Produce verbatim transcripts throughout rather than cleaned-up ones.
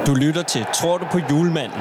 Du lytter til Tror du på julemanden?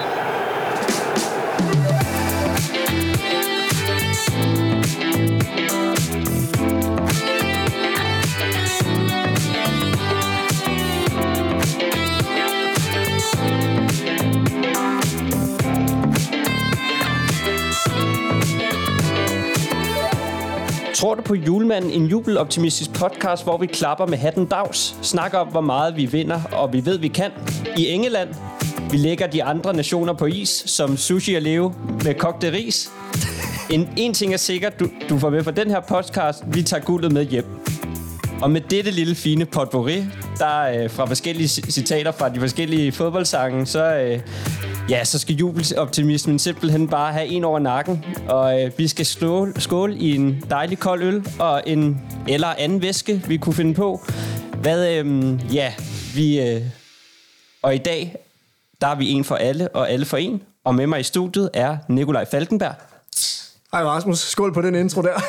Tror du på julemanden? En jubeloptimistisk podcast, hvor vi klapper med hatten dags, snakker om, hvor meget vi vinder, og vi ved, vi kan. I England, vi lægger de andre nationer på is, som sushi og leve med kogte ris. En, en ting er sikkert, du, du får med fra den her podcast, vi tager guldet med hjem. Og med dette lille fine potpourri, der øh, fra forskellige citater fra de forskellige fodboldsange, så... Øh, Ja, så skal jubeloptimismen simpelthen bare have en over nakken. Og øh, vi skal skåle, skåle i en dejlig kold øl og en eller anden væske, vi kunne finde på. Hvad, øh, ja, vi... Øh, og i dag, der er vi en for alle og alle for en. Og med mig i studiet er Nikolaj Falkenberg. Hej Rasmus, skål på den intro der.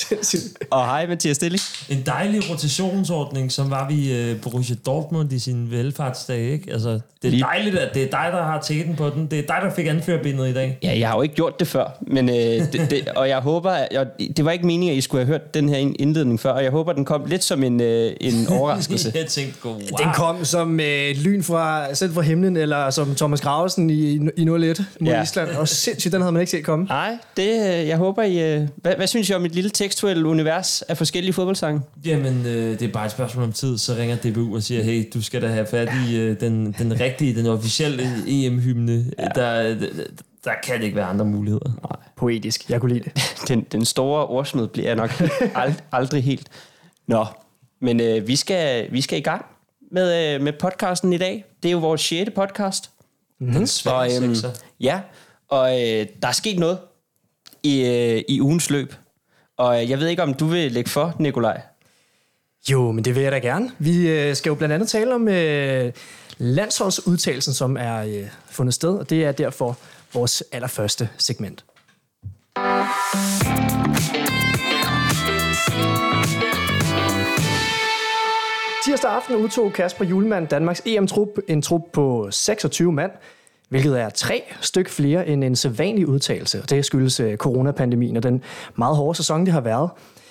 Og hej Mathias Stilling. En dejlig rotationsordning, som var vi øh, Borussia Dortmund i sin velfærdsdag, ikke? Altså, det er dejligt, at det er dig, der har tæten på den. Det er dig, der fik anførerbindet i dag. Ja, jeg har jo ikke gjort det før, men øh, det, det, og jeg håber, at jeg, det var ikke meningen, at I skulle have hørt den her indledning før, og jeg håber, den kom lidt som en, øh, en overraskelse. Jeg tænkte, wow. Den kom som øh, lyn fra selv fra himlen, eller som Thomas Gravesen i, i nul et mod ja. Island, og sindssygt, den havde man ikke set komme. Nej, det, jeg håber, I... Øh, hvad, hvad synes I om et lille tekstuelt univers af forskellige fodboldsange? Jamen, øh, det er bare et spørgsmål om tid, så ringer D B U og siger, hey, du skal da have fat i øh, den, den rigtige, den officielle E M-hymne. Ja. Der, der, der kan det ikke være andre muligheder. Nej. Poetisk, jeg kunne lide det. Den, den store ordsmed bliver jeg nok ald, aldrig helt. Nå, men øh, vi, skal, vi skal i gang med, øh, med podcasten i dag. Det er jo vores sjette podcast. Mm-hmm. Den svære øhm, Ja, og øh, der er sket noget i, øh, i ugens løb. Og jeg ved ikke, om du vil lægge for, Nikolaj? Jo, men det vil jeg da gerne. Vi øh, skal jo blandt andet tale om øh, landsholdsudtagelsen, som er øh, fundet sted, og det er derfor vores allerførste segment. Tirsdag aften udtog Kasper Hjulmand Danmarks E M-trup, en trup på seksogtyve mand, hvilket er tre styk flere end en sædvanlig udtagelse, og det skyldes øh, coronapandemien og den meget hårde sæson, det har været.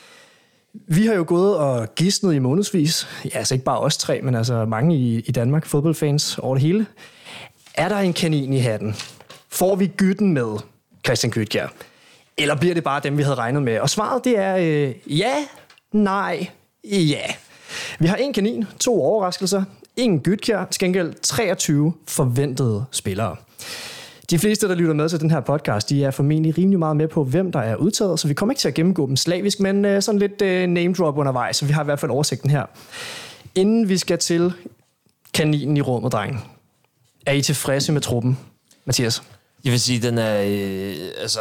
Vi har jo gået og gidsnet i månedsvis, ja, altså ikke bare os tre, men altså mange i, i Danmark, fodboldfans over det hele. Er der en kanin i hatten? Får vi gytten med Christian Kytkjær? Eller bliver det bare dem, vi havde regnet med? Og svaret, det er øh, ja, nej, ja. Vi har en kanin, to overraskelser, ingen Kytkjær, til gengæld treogtyve forventede spillere. De fleste, der lytter med til den her podcast, de er formentlig rimelig meget med på, hvem der er udtaget, så vi kommer ikke til at gennemgå dem slavisk, men øh, sådan lidt øh, name drop undervejs, så vi har i hvert fald oversigten her. Inden vi skal til kaninen i rummet, drenge, er I tilfredse med truppen, Mathias? Jeg vil sige, den er, øh, altså,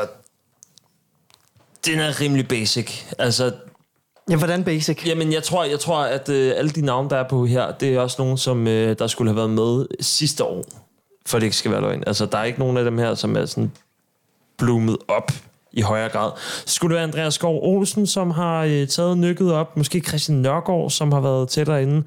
den er rimelig basic. Altså, ja, hvordan basic? Jamen, jeg tror, jeg tror at øh, alle de navne, der er på her, det er også nogen, som øh, der skulle have været med sidste år, for det ikke skal være løgn. Altså, der er ikke nogen af dem her, som er sådan bloomet op i højere grad. Så skulle det være Andreas Skov Olsen, som har øh, taget nykket op. Måske Christian Nørgaard, som har været tættere inde.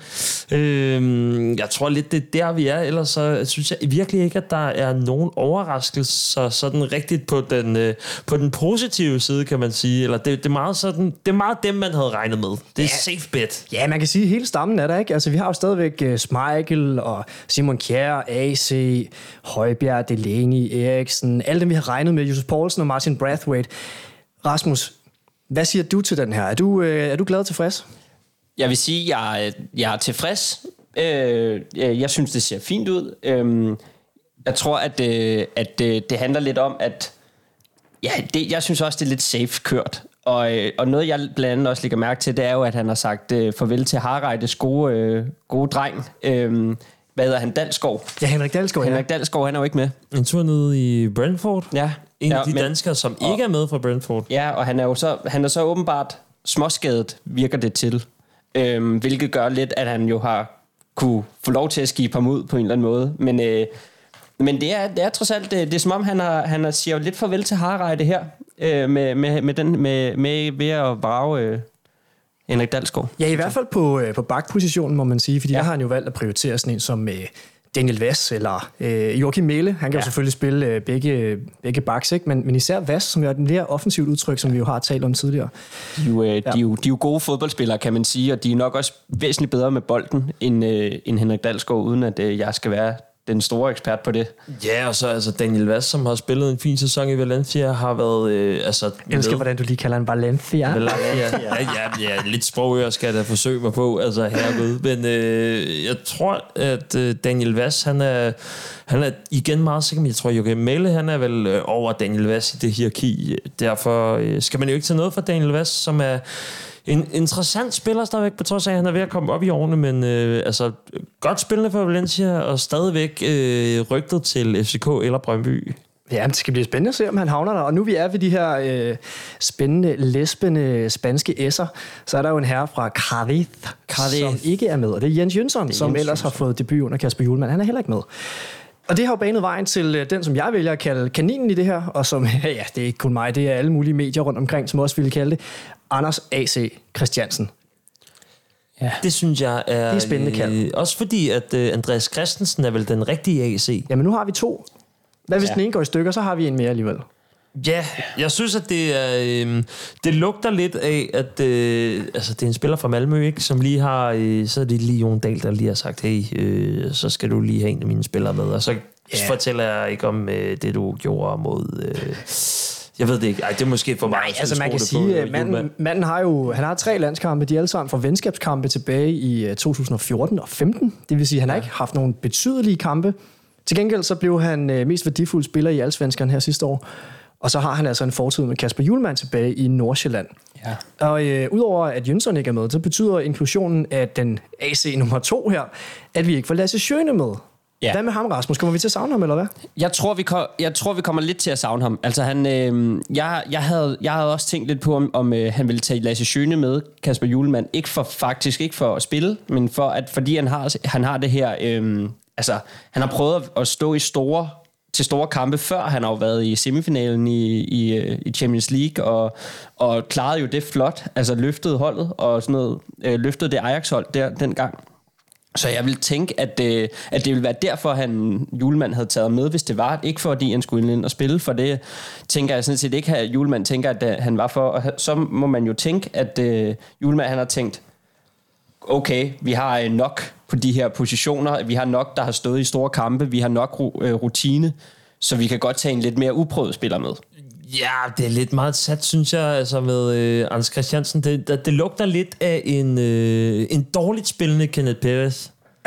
Øh, jeg tror lidt, det er der, vi er. Ellers så synes jeg virkelig ikke, at der er nogen overraskelser sådan rigtigt på den, øh, på den positive side, kan man sige. Eller det, det, er meget sådan, det er meget dem, man havde regnet med. Det er ja. Safe bet. Ja, man kan sige, at hele stammen er der, ikke? Altså, vi har jo stadigvæk uh, Schmeichel og Simon Kjær, A C, Højbjerg, Delaney, Eriksen. Alle dem, vi har regnet med. Josef Poulsen og Martin Brathwaite. Rasmus, hvad siger du til den her? Er du, øh, er du glad og tilfreds? Jeg vil sige, at jeg, jeg er tilfreds. Øh, jeg synes, det ser fint ud. Øh, jeg tror, at, øh, at det, det handler lidt om, at ja, det, jeg synes også, det er lidt safe kørt. Og, øh, og noget, jeg blandt andet også lægger mærke til, det er jo, at han har sagt øh, farvel til Harreides gode, øh, gode dreng. Øh, hvad hedder han? Dalsgaard? Ja, Henrik Dalsgaard. Henrik Dalsgaard, han er jo ikke med. En tur nede i Brentford. Ja. En ja, af de men, danskere, som og, ikke er med fra Brentford. Ja, og han er jo så, han er så åbenbart småskadet, virker det til. Øhm, hvilket gør lidt, at han jo har kunne få lov til at skibe ham ud på en eller anden måde. Men, øh, men det, er, det er trods alt, det, det er som om, han, har, han har, siger jo lidt farvel til Harreide her, øh, med, med, med, den, med, med ved at vrage øh, Henrik Dalsgaard. Ja, i hvert fald på, øh, på bakpositionen, må man sige, fordi ja. Der har han jo valgt at prioritere sådan en som øh, Daniel Vass eller øh, Joachim Mæhle. Han kan ja. jo selvfølgelig spille øh, begge, begge backs, ikke? Men, men især Vass, som er et mere offensivt udtryk, som vi jo har talt om tidligere. De er jo, øh, ja. de er jo, de er jo gode fodboldspillere, kan man sige, og de er nok også væsentligt bedre med bolden end, øh, end Henrik Dalsgaard, uden at øh, jeg skal være den store ekspert på det. Ja, og så altså Daniel Vass, som har spillet en fin sæson i Valencia, har været... Øh, altså, jeg elsker, hvordan du lige kalder en Valencia. Valencia. ja, ja, ja, lidt sprogører skal jeg da forsøge mig på, altså herregud. Men øh, jeg tror, at øh, Daniel Vass, han er, han er igen meget sikker, men jeg tror, at Joachim Mæhle, han er vel øh, over Daniel Vass i det hierarki. Derfor øh, skal man jo ikke tage noget fra Daniel Vass, som er... En interessant spiller stadigvæk, på trods af, at han er ved at komme op i årene, men øh, altså, godt spillende for Valencia, og stadigvæk øh, rygtet til F C K eller Brøndby. Ja, det skal blive spændende at se, om han havner der. Og nu vi er ved de her øh, spændende, lesbende spanske s'er, så er der jo en herre fra Cádiz, som ikke er med, og det er Jens Jønsson, som Jens ellers Jønsson. har fået debut under Kasper Hjulmand. Han er heller ikke med. Og det har jo banet vejen til den, som jeg vælger at kalde kaninen i det her, og som, ja, det er ikke kun mig, det er alle mulige medier rundt omkring, som også ville kalde det, Anders A C Christiansen. Ja. Det synes jeg er... Det er spændende kald. Øh, også fordi, at øh, Andreas Christensen er vel den rigtige A C. Jamen nu har vi to. Hvad hvis ja. den ene går i stykker, så har vi en mere alligevel. Ja, jeg synes, at det er, øh, det lugter lidt af, at øh, altså, det er en spiller fra Malmø, ikke, som lige har, øh, så er det lige Jon Dahl, der lige har sagt, hey, øh, så skal du lige have en af mine spillere med, og så yeah. fortæller jeg ikke om øh, det, du gjorde mod... Øh, jeg ved det ikke. Ej, det er måske for mig. Nej, altså man kan sige, at manden, manden har jo han har tre landskampe, de er alle sammen fra venskabskampe tilbage i to tusind og fjorten og femten. Det vil sige, at han ja. har ikke haft nogen betydelige kampe. Til gengæld så blev han øh, mest værdifuld spiller i Allsvenskan her sidste år. Og så har han altså en fortid med Kasper Hjulmand tilbage i Nordsjælland. Ja. Og øh, udover at Jønsson ikke er med, så betyder inklusionen af den A C nummer to her, at vi ikke får Lasse Schöne med. Ja. Hvad med ham, Rasmus? Kommer vi til at savne ham, eller hvad? Jeg tror, vi, kom, jeg tror, vi kommer lidt til at savne ham. Altså, han, øh, jeg, jeg, havde, jeg havde også tænkt lidt på, om, om øh, han ville tage Lasse Schöne med, Kasper Hjulmand. Ikke for, faktisk ikke for at spille, men for at, fordi han har, han har det her... Øh, altså, han har prøvet at stå i store... til store kampe før. Han har jo været i semifinalen i, i, i Champions League, og, og klarede jo det flot. Altså løftede holdet, og sådan noget, øh, løftede det Ajax-hold der dengang. Så jeg vil tænke, at, øh, at det ville være derfor, han Hjulmand havde taget med, hvis det var. Ikke fordi han skulle ind og spille, for det tænker jeg sådan set ikke, at Hjulmand tænker, at han var for. Og så må man jo tænke, at øh, Hjulmand han har tænkt, okay, vi har nok på de her positioner, vi har nok, der har stået i store kampe, vi har nok rutine, så vi kan godt tage en lidt mere uprøvet spiller med. Ja, det er lidt meget sat, synes jeg, altså med øh, Anders Christiansen. Det, det, det lugter lidt af en, øh, en dårligt spillende Kenneth Perez.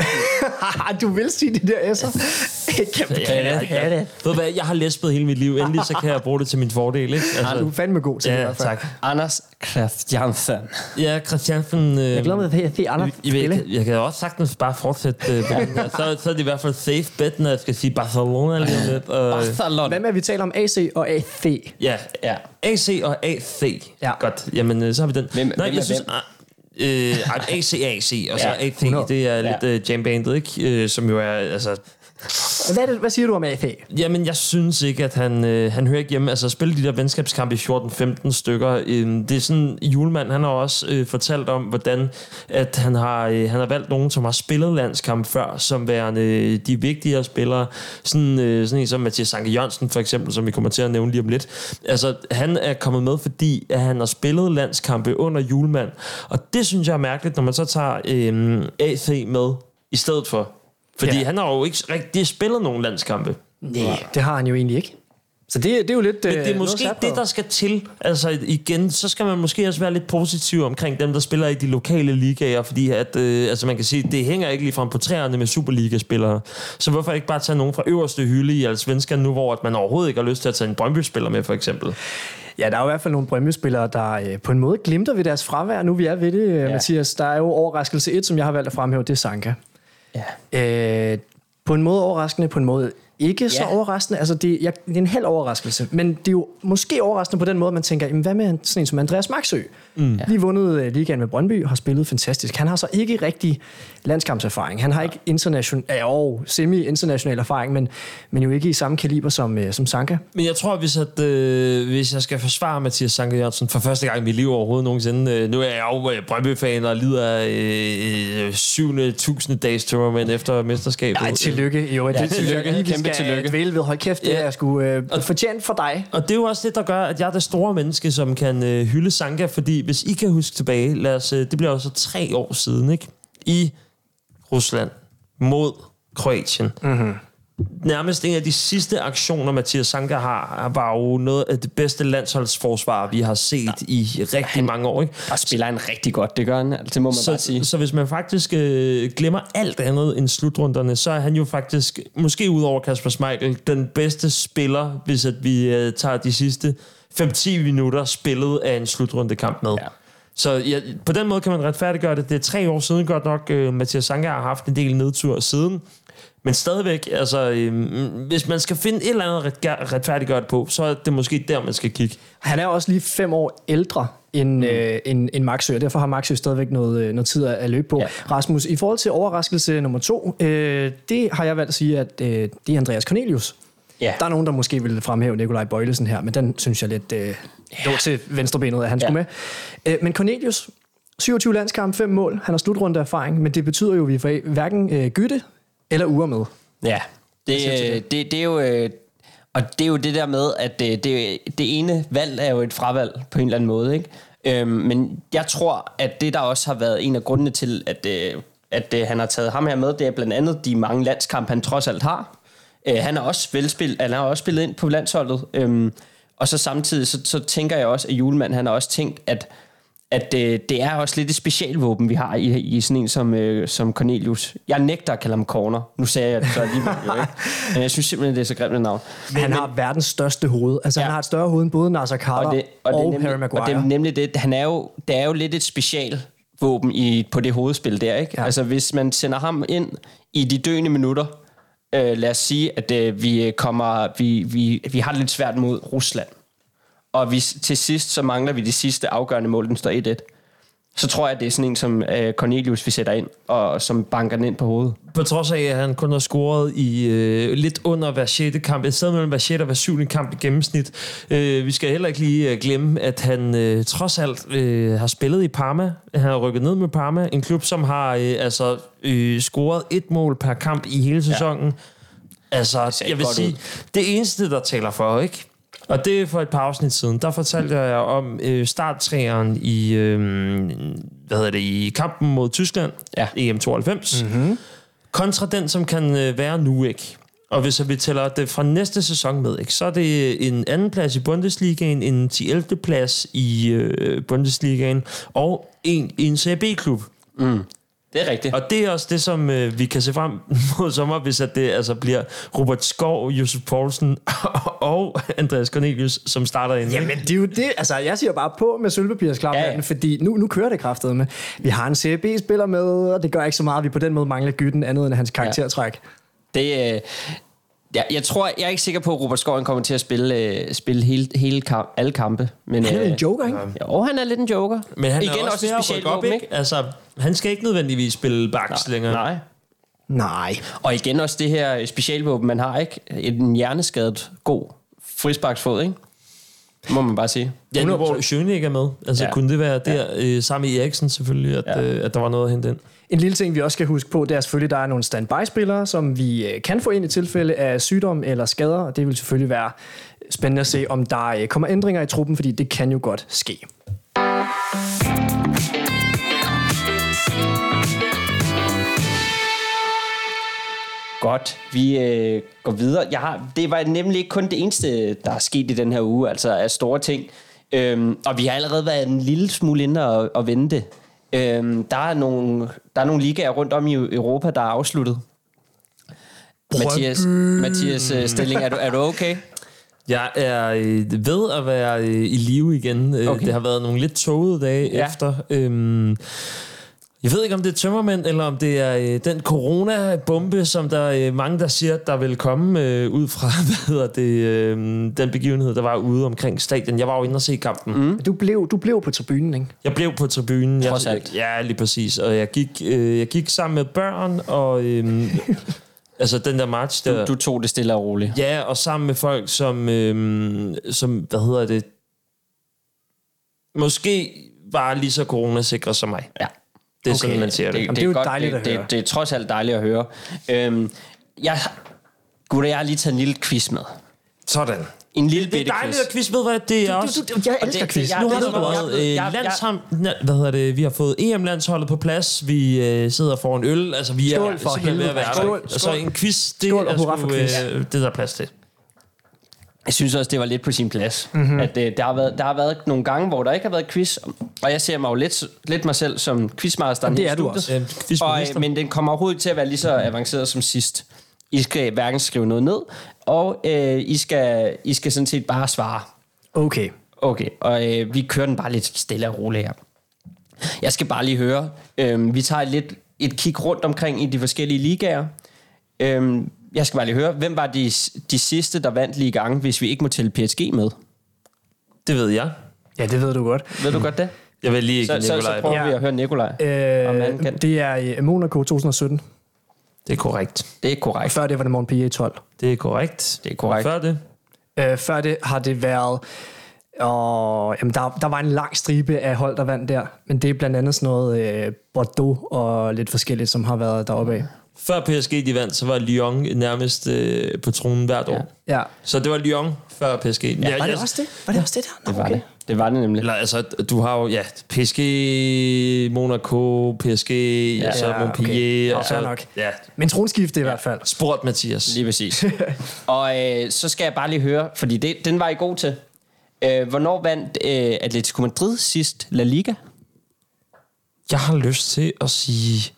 Du vil sige det der S'er? Ja, ja, ja. Ved hvad, jeg har læspet hele mit liv. Endelig så kan jeg bruge det til min fordel, ikke? Altså, ja, du er fandme god til ja, det i hvert fald. Tak. Anders Christiansen. Ja, Christiansen. Øh, jeg glæder mig til at se Anders spille. Jeg, jeg kan også sagtens bare fortsætte øh, så, så er det i hvert fald safe bet, når jeg skal sige Barcelona lige om lidt. Øh. Barcelona. Hvad med, at vi taler om A C og A C? Ja, ja. A C og A C. Ja. Godt, jamen så har vi den. Hvem, Nej, hvem jeg synes... Øh, A C A C, og så ja, A C, det er lidt ja. uh, jambandet, ikke? Uh, som jo er, altså... Hvad, det, hvad siger du om A C? Jamen, jeg synes ikke, at han, øh, han hører ikke hjemme. Altså, at spille de der venskabskampe i fjorten femten stykker. Øh, det er sådan, Hjulmand, han har også øh, fortalt om, hvordan at han har, øh, han har valgt nogen, som har spillet landskamp før, som værende øh, de vigtigere spillere. Sådan, øh, sådan en som Mathias Anker Jørgensen, for eksempel, som vi kommer til at nævne lige om lidt. Altså, han er kommet med, fordi at han har spillet landskampe under Hjulmand. Og det synes jeg er mærkeligt, når man så tager øh, A C med i stedet for. Fordi ja. han har jo ikke rigtig spillet nogen landskampe. Nej, det har han jo egentlig ikke. Så det, det er jo lidt... Men det er måske ikke det, der skal til. Altså igen, så skal man måske også være lidt positiv omkring dem, der spiller i de lokale ligaer, fordi at, øh, altså man kan sige, det hænger ikke ligefrem på træerne med Superliga-spillere. Så hvorfor ikke bare tage nogen fra øverste hylde i Allsvenskan nu, hvor at man overhovedet ikke har lyst til at tage en Brøndby-spiller med, for eksempel? Ja, der er jo i hvert fald nogle Brøndby-spillere, der øh, på en måde glimter ved deres fravær. Nu vi er ved det, ja. Mathias. Der er jo overraskelse et, som jeg har valgt at fremhæve, det er Sanka. Ja. Øh, på en måde overraskende, på en måde ikke så Ja. overraskende. Altså, det, jeg, det er en halv overraskelse, men det er jo måske overraskende på den måde, at man tænker, jamen, hvad med sådan en som Andreas Maxø? Mm. Lige vundet uh, ligaen med Brøndby, har spillet fantastisk. Han har så ikke rigtig landskampserfaring. Han har ikke international, ja, semi-international erfaring, men, men jo ikke i samme kaliber som, uh, som Sanka. Men jeg tror, hvis, at, øh, hvis jeg skal forsvare Mathias Sanka Jørgensen for første gang i mit liv overhovedet nogensinde, øh, nu er jeg jo øh, Brøndby-fan og lider af øh, syvende tusind dages tournament efter mesterskabet. Nej, tillykke. Jo, Ja, det tillykke. Lige, vi Kæmpe skal tillykke. dvæle ved. Hold kæft, det Ja. er sgu øh, fortjent for dig. Og det er jo også det, der gør, at jeg er det store menneske, som kan øh, hylde Sanka, fordi hvis I kan huske tilbage, lad os, øh, det bliver jo så tre år siden, ikke? I Rusland mod Kroatien. Mm-hmm. Nærmest en af de sidste aktioner, Mathias Sanka har, var jo noget af det bedste landsholdsforsvar, vi har set ja. i rigtig han, mange år, ikke? Og spiller han rigtig godt, det gør han. Det må man så, bare sige. Så hvis man faktisk øh, glemmer alt andet end slutrunderne, så er han jo faktisk, måske ud over Kasper Schmeichel, den bedste spiller, hvis at vi øh, tager de sidste fem til ti minutter spillet af en slutrundekamp med. Ja. Så ja, på den måde kan man retfærdiggøre det. Det er tre år siden godt nok, øh, Mathias Sanka har haft en del nedtur siden. Men stadigvæk, altså, øh, hvis man skal finde et eller andet ret, retfærdiggøre det på, så er det måske der, man skal kigge. Han er også lige fem år ældre end, mm. øh, end, end Maxø, og derfor har Maxø stadigvæk noget, noget tid at løbe på. Ja. Rasmus, i forhold til overraskelse nummer to, øh, det har jeg valgt at sige, at øh, det er Andreas Cornelius. Ja. Der er nogen, der måske vil fremhæve Nikolaj Bøjlesen her, men den synes jeg lidt øh, lå ja. til venstrebenet, at han ja. skulle med. Øh, men Cornelius, syvogtyve landskampe, fem mål, han har slutrunde erfaring, men det betyder jo, at vi får hverken øh, Gytte eller Ure med. Ja, det, det, det, det er jo... Øh, og det er jo det der med, at det, det, det ene valg er jo et fravalg på en eller anden måde, ikke? Øhm, men jeg tror, at det der også har været en af grundene til, at, øh, at øh, han har taget ham her med, det er blandt andet de mange landskampe, han trods alt har. Øh, han har også velspillet, han har også spillet ind på landsholdet. Øhm, og så samtidig, så, så tænker jeg også, at Hjulmand, han har også tænkt, at at øh, det er også lidt et specialvåben, vi har i, i sådan en som, øh, som Cornelius. Jeg nægter at kalde ham corner. Nu sagde jeg det så alligevel jo, ikke? Men jeg synes simpelthen, det er så grimt et navn. Men han har verdens største hoved. Altså, ja. Han har et større hoved end både Nasser Carter og, det, og, og, det nemlig, Harry Maguire. Og det er nemlig det. Han er jo, det er jo lidt et specialvåben i, på det hovedspil der, ikke? Ja. Altså, hvis man sender ham ind i de døende minutter, øh, lad os sige, at øh, vi, kommer, vi, vi, vi har det lidt svært mod Rusland. Og vi, til sidst, så mangler vi de sidste afgørende mål, den står et et. Så tror jeg, at det er sådan en som øh, Cornelius, vi sætter ind, og som banker den ind på hovedet. På trods af, at han kun har scoret i øh, lidt under hver sjette kamp, et sted mellem hver sjette og hver syvende kamp i gennemsnit. Øh, vi skal heller ikke lige øh, glemme, at han øh, trods alt øh, har spillet i Parma. Han har rykket ned med Parma, en klub, som har øh, altså, øh, scoret et mål per kamp i hele sæsonen. Ja. Altså, jeg vil sige, ud. Det eneste, der taler for, ikke? Og det er for et par afsnit siden, der fortalte jeg om øh, starttræeren i, øh, hvad hedder det, i kampen mod Tyskland, ja. E M tooghalvfems, mm-hmm. kontra den, som kan øh, være nu, ikke? Og hvis vi tæller det fra næste sæson med, ikke, så er det en anden plads i Bundesligaen, en ti ellevte plads i øh, Bundesligaen, og en i en Serie B-klub. Mm. Det er rigtigt. Og det er også det, som øh, vi kan se frem mod sommer, hvis at det altså bliver Robert Skov, Josef Poulsen og Andreas Cornelius, som starter ind. Jamen, det er jo det. Altså, jeg siger bare på med sølvpapirsklaphatten, ja, ja. fordi nu, nu kører det kraftet med. Vi har en Serie B-spiller med, og det gør ikke så meget, at vi på den måde mangler Gytten andet end hans karaktertræk. Ja. Det øh, ja, jeg tror, jeg er ikke sikker på, at Robert Skov kommer til at spille, øh, spille hele, hele kamp, alle kampe. Men, han er øh, en joker, ikke? Jo, han er lidt en joker. Men han igen er også, også et specialvåben, ikke? Altså, han skal ikke nødvendigvis spille baks længere. Nej. Nej. Og igen også det her specialvåben, man har, ikke? En hjerneskadet, god frisparksfod, ikke? Må man bare sige. Ja, nu hvor Schöne ikke er med. Altså, ja. Kunne det være der, ja. øh, sammen med Eriksen selvfølgelig, at, ja. øh, at der var noget at hente ind? En lille ting, vi også skal huske på, det er selvfølgelig, at der er nogle standby-spillere, som vi kan få ind i tilfælde af sygdom eller skader, og det vil selvfølgelig være spændende at se, om der kommer ændringer i truppen, fordi det kan jo godt ske. Godt, vi øh, går videre. Jeg har, det var nemlig ikke kun det eneste, der er sket i den her uge, altså af store ting. Øhm, og vi har allerede været en lille smule inde og, og vende det. Øhm, der, er nogle, der er nogle ligaer rundt om i Europa, der er afsluttet. Mathias, Mathias Stilling, er du, er du okay? Jeg er øh, ved at være øh, i live igen. Okay. Det har været nogle lidt tågede dage ja. efter. Øhm, Jeg ved ikke, om det er tømmermænd, eller om det er øh, den coronabombe, som der er øh, mange, der siger, der vil komme øh, ud fra, hvad hedder det, øh, den begivenhed, der var ude omkring stadion. Jeg var jo inde og se kampen. Mm. Du, blev, du blev på tribunen, ikke? Jeg blev på tribunen. Trods jeg, alt. Ja, lige præcis. Og jeg gik, øh, jeg gik sammen med børn, og øh, altså den der match der... Du, du tog det stille og roligt. Ja, og sammen med folk, som, øh, som hvad hedder det, måske var lige så coronasikre som mig. Ja. Det er Okay, sådan, man siger det. Jamen, det er jo dejligt at det, høre. Det, det er trods alt dejligt at høre. Øhm, jeg, Gud, jeg har lige taget en lille quiz med. Sådan. En lille Det er bitte dejligt quiz. at quiz, ved hvad det er også. Du, du, jeg Og elsker det- quiz. jeg- Nu har det der ved været jeg. øh, Jeg- jeg- landsham, hvad hedder det, vi har fået E M-landsholdet på plads, vi øh, sidder foran øl, altså vi er Skål for simpelthen ved at være helvede. Skål, og så en quiz, det Skål og er hurra sgu, for quiz. øh, det der er plads til. Jeg synes også, det var lidt på sin plads. Mm-hmm. At, øh, der, har været, der har været nogle gange, hvor der ikke har været quiz, og jeg ser mig jo lidt, lidt mig selv som quizmasteren. Det i er du studiet. også. Øh, Og, quizminister. øh, men den kommer overhovedet ikke til at være lige så avanceret som sidst. I skal hverken skrive noget ned, og øh, I, skal, I skal sådan set bare svare. Okay. Okay, og øh, vi kører den bare lidt stille og roligt her. Jeg skal bare lige høre, øh, vi tager lidt et kig rundt omkring i de forskellige ligaer. Øh, jeg skal bare lige høre, hvem var de, de sidste, der vandt lige gang, hvis vi ikke må tælle P S G med? Det ved jeg. Ja, det ved du godt. Ved du godt det? Jeg vil lige Så, ikke så, så Nikolaj. prøver Ja. vi at høre Nikolaj. Om han Øh, kan. det er i Monaco to tusind og sytten. Det er korrekt. Det er korrekt. Før det var det Montpellier tolv. Det er korrekt. Det er korrekt. Og før det? Øh, før det har det været... Og, jamen der, der var en lang stribe af hold, der vandt der. Men det er blandt andet sådan noget øh, Bordeaux og lidt forskelligt, som har været deroppe af. Før P S G de vandt, så var Lyon nærmest øh, på tronen hvert år. Ja. Så det var Lyon før P S G. Ja, Var det jeg- også det? Var det også det der? Det var det. Det var det nemlig. Eller altså, du har jo, ja, P S G, Monaco, P S G, ja, så ja, Montpellier, okay. og så... Fair nok. Ja, Men tronskifte i hvert fald. spurgt Mathias. Lige præcis. Og øh, så skal jeg bare lige høre, fordi det, den var I god til. Øh, hvornår vandt øh, Atletico Madrid sidst La Liga? Jeg har lyst til at sige...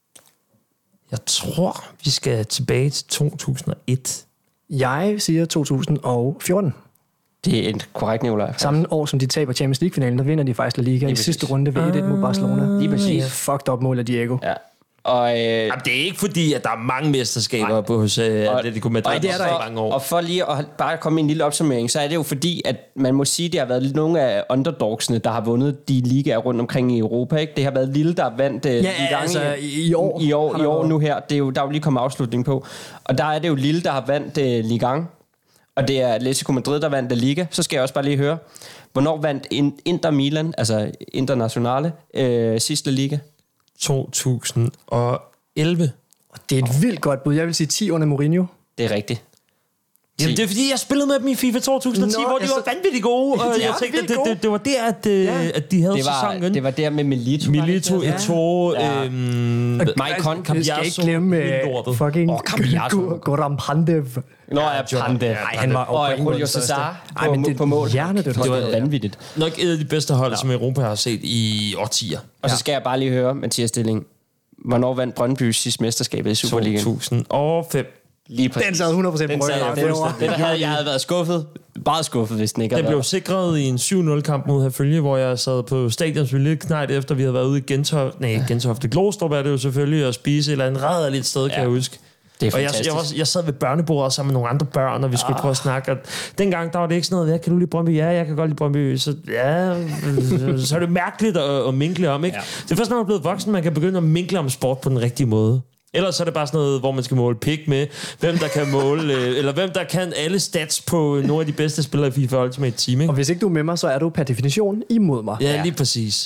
Jeg tror, vi skal tilbage til to tusind og et. Jeg siger to tusind og fjorten. Det er en korrekt, Nicolaj. Samme år, som de taber Champions League-finalen, der vinder de faktisk La Liga i præcis. sidste runde ved et et mod Barcelona. Lige præcis. Fucked up mål af Diego. Ja. Og, øh, Jamen, det er ikke fordi, at der er mange mesterskaber på hos uh, Atletico Madrid. og, det er der for, mange år. og for lige at bare komme med en lille opsummering, så er det jo fordi, at man må sige, at det har været nogle af underdogsene, der har vundet de ligaer rundt omkring i Europa. Ikke? Det har været Lille, der har vandt øh, Ja, Ligue altså, i, i- i år i år, har i der år været- nu her. Det er jo, der er jo lige kommet afslutning på. Og der er det jo Lille, der har vandt øh, Ligue, og det er Atletico Madrid, der vandt La Liga. Så skal jeg også bare lige høre, hvornår vandt In- Inter Milan, altså Internationale, øh, sidste La Liga? to tusind og elleve. Det er et vildt godt bud. Jeg vil sige ti under Mourinho. Det er rigtigt. Jamen, det er fordi, jeg spillede med dem i FIFA to tusind og ti, Nå, hvor de altså- var vanvittigt gode. Og De jeg er tænkte, vildt at det, gode. det, det var der, at, ja. at de havde Det var, sæsonen. det var der med Milito. var det Milito, ikke det? Eto'o, Ja. øhm, Mike Con, Vi skal ikke Cambiasso, glemme hele uh, lortet. fucking Åh, Cambiasso. Gu- Goran Pandev. Nå, ja, Pande. Nej, han var Og på ingen måde Julio den største. Cesar Ej, men på, det på mål. hjernedødt Det var hold. vanvittigt. Nok et af de bedste hold, som Europa har set i årtier. Og så skal jeg bare lige høre, Mathias Stilling, hvornår vandt Brøndby sidst mesterskabet i Superligaen? to tusind og fem. Lige præcis. Den sad hundrede procent på Den sad, ryggen. den, Det var- den havde, jeg havde været skuffet. Meget skuffet, hvis den ikke Den havde blev været. sikret i en syv nul kamp mod Herfølge, hvor jeg sad på stadions ved lidt knejt, efter vi havde været ude i Gentofte, nej, Gentofte, Glostrup er det jo selvfølgelig, og spise et eller andet rædderligt sted, kan Ja. jeg huske. Det er Og jeg, fantastisk. jeg, var, jeg sad ved børnebordet sammen med nogle andre børn, og vi skulle ah. prøve at snakke. Og dengang der var det ikke sådan noget, ja, kan du lide Brøndby? Ja, jeg kan godt lide Brøndby. Så, ja, så er det mærkeligt at, at minkle om, ikke? Ja. Det er først, når man er blevet voksen, man kan begynde at minkle om sport på den rigtige måde. Ellers så er det bare sådan noget, hvor man skal måle pik med, hvem der kan måle, øh, eller hvem der kan alle stats på nogle af de bedste spillere i FIFA Ultimate Team, ikke? Og hvis ikke du er med mig, så er du per definition imod mig. Ja, lige præcis.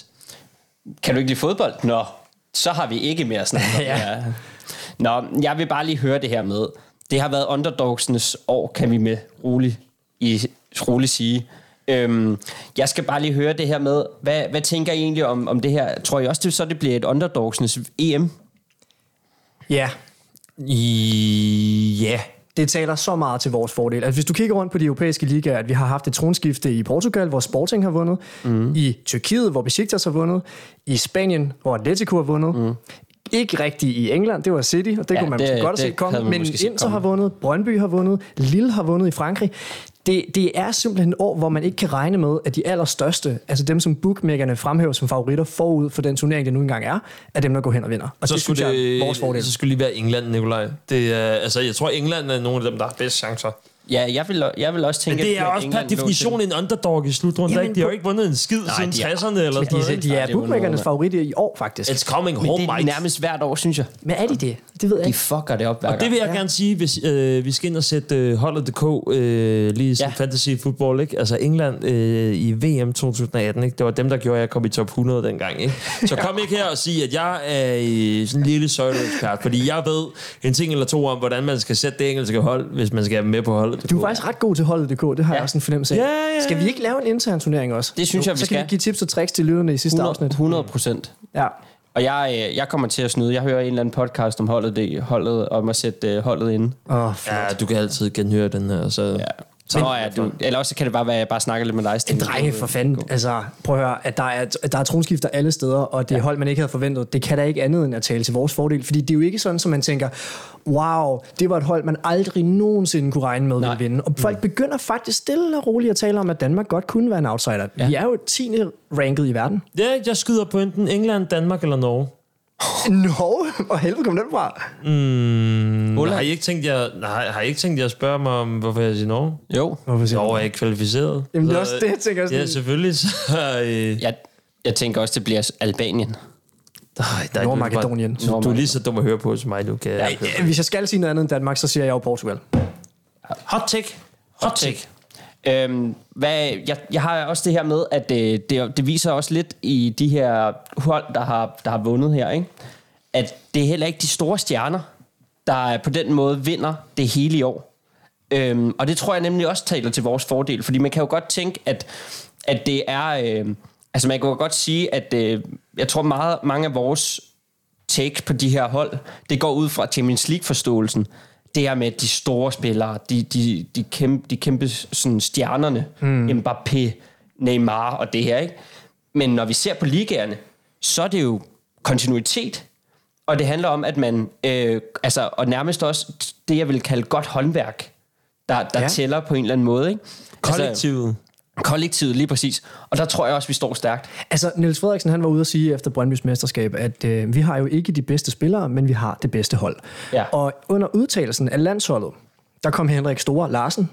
Kan du ikke lide fodbold? Nå, så har vi ikke mere at snakke om. ja. Nå, jeg vil bare lige høre det her med. Det har været underdogsenes år, kan vi med roligt, i, roligt sige. Øhm, jeg skal bare lige høre det her med, hvad, hvad tænker I egentlig om, om det her? Tror I også, det, så det bliver et underdogsenes E M? Ja, I, ja. det taler så meget til vores fordel. Altså, hvis du kigger rundt på de europæiske ligaer, at vi har haft et tronskifte i Portugal, hvor Sporting har vundet, mm. i Tyrkiet, hvor Besiktas har vundet, i Spanien, hvor Atletico har vundet, mm. ikke rigtigt i England, det var City, og det Ja, kunne man det- måske godt det se komme, havde man men måske set Inter komme. har vundet, Brøndby har vundet, Lille har vundet i Frankrig. det, det er simpelthen et år, hvor man ikke kan regne med, at de allerstørste, altså dem, som bookmakerne fremhæver som favoritter forud for den turnering, det nu engang er, er dem, der går hen og vinder. Og så det synes jeg er vores fordel. Så skulle lige være England, Nikolaj. Det er, altså, jeg tror, England er nogle af dem, der har bedst chancer. Ja, jeg vil, jeg vil også tænke... Men det er at også England per definition en underdog i slutrunden. Jamen, De har jo ikke vundet en skid nej, siden de er, tresserne eller sådan noget. De, de er bookmakernes favoritter i år, faktisk. It's coming Men home, det er mate. nærmest hvert år, synes jeg. Men er de det? Det ved jeg De ikke. fucker det op hver Og gang. det vil jeg Ja. gerne sige, hvis øh, vi skal ind og sætte øh, holdet punktum d k øh, lige som Ja. fantasy football, ikke? Altså England øh, i V M to tusind atten, ikke? Det var dem, der gjorde, at jeg kom i top hundrede dengang, ikke? Så kom ikke her og sige, at jeg er øh, sådan en lille søjleekspert, fordi jeg ved en ting eller to om, hvordan man skal sætte det engelske hold, hvis man skal have dem med på holdet. Du er faktisk ret god til holdet punktum d k, det har Ja. jeg også en fornemmelse af. Ja, ja, ja. Skal vi ikke lave en intern turnering også? Det synes jeg, vi Så kan skal. vi give tips og tricks til lytterne i sidste afsnit. hundrede procent. Ja. Og jeg, øh, jeg kommer til at snyde. Jeg hører en eller anden podcast om holdet, det, holdet om at sætte øh, holdet inde. Åh, oh, Ja, du kan altid genhøre den her, så... Ja. Så Nå, ja, du, eller også kan det bare være, at jeg bare snakker lidt med dig. En drenge for fanden. Altså, prøv at høre, at der er, at der er tronskifter alle steder, og det ja. hold, man ikke havde forventet, det kan da ikke andet end at tale til vores fordel. Fordi det er jo ikke sådan, som man tænker, wow, det var et hold, man aldrig nogensinde kunne regne med ville vinde. Og folk begynder faktisk stille og roligt at tale om, at Danmark godt kunne være en outsider. Ja. Vi er jo tiende ranket i verden. Ja, jeg skyder på enten England, Danmark eller Norge. Norge? Hvor helvede kom den fra? Mm, har I ikke tænkt jer, nej, har I ikke tænkt jer at spørge mig om, hvorfor jeg siger Norge? Jo. Hvorfor siger Norge er ikke kvalificeret. Jamen, det er Så, også det, jeg tænker sådan. Ja, selvfølgelig. Så, øh, Jeg, jeg tænker også, det bliver Albanien. nej, nej, Nordmakedonien. Du, du, du er lige så dum at høre på som mig, du kan. Ja, ja, hvis jeg skal sige noget andet end Danmark, så siger jeg jo Portugal. Hot take. Hot take. Øhm, hvad, jeg, jeg har også det her med, at øh, det, det viser også lidt i de her hold, der har, der har vundet her, ikke? At det er heller ikke de store stjerner, der på den måde vinder det hele i år. Øhm, og det tror jeg nemlig også taler til vores fordel, fordi man kan jo godt tænke, at, at det er... Øh, altså man kan jo godt sige, at øh, jeg tror meget, mange af vores take på de her hold, det går ud fra Champions League-forståelsen. Det her med de store spillere, de, de, de, kæmpe, de kæmpe sådan stjernerne, mm. Mbappé, Neymar og det her, ikke? Men når vi ser på ligaerne, så er det jo kontinuitet, og det handler om, at man, øh, altså, og nærmest også det, jeg vil kalde godt håndværk, der, der ja. tæller på en eller anden måde, ikke? Kollektivet. Altså, kollektivet, lige præcis. Og der tror jeg også, vi står stærkt. Altså, Niels Frederiksen, han var ude at sige efter Brøndbys mesterskab, at øh, vi har jo ikke de bedste spillere, men vi har det bedste hold. Ja. Og under udtalelsen af landsholdet, der kom Henrik Store Larsen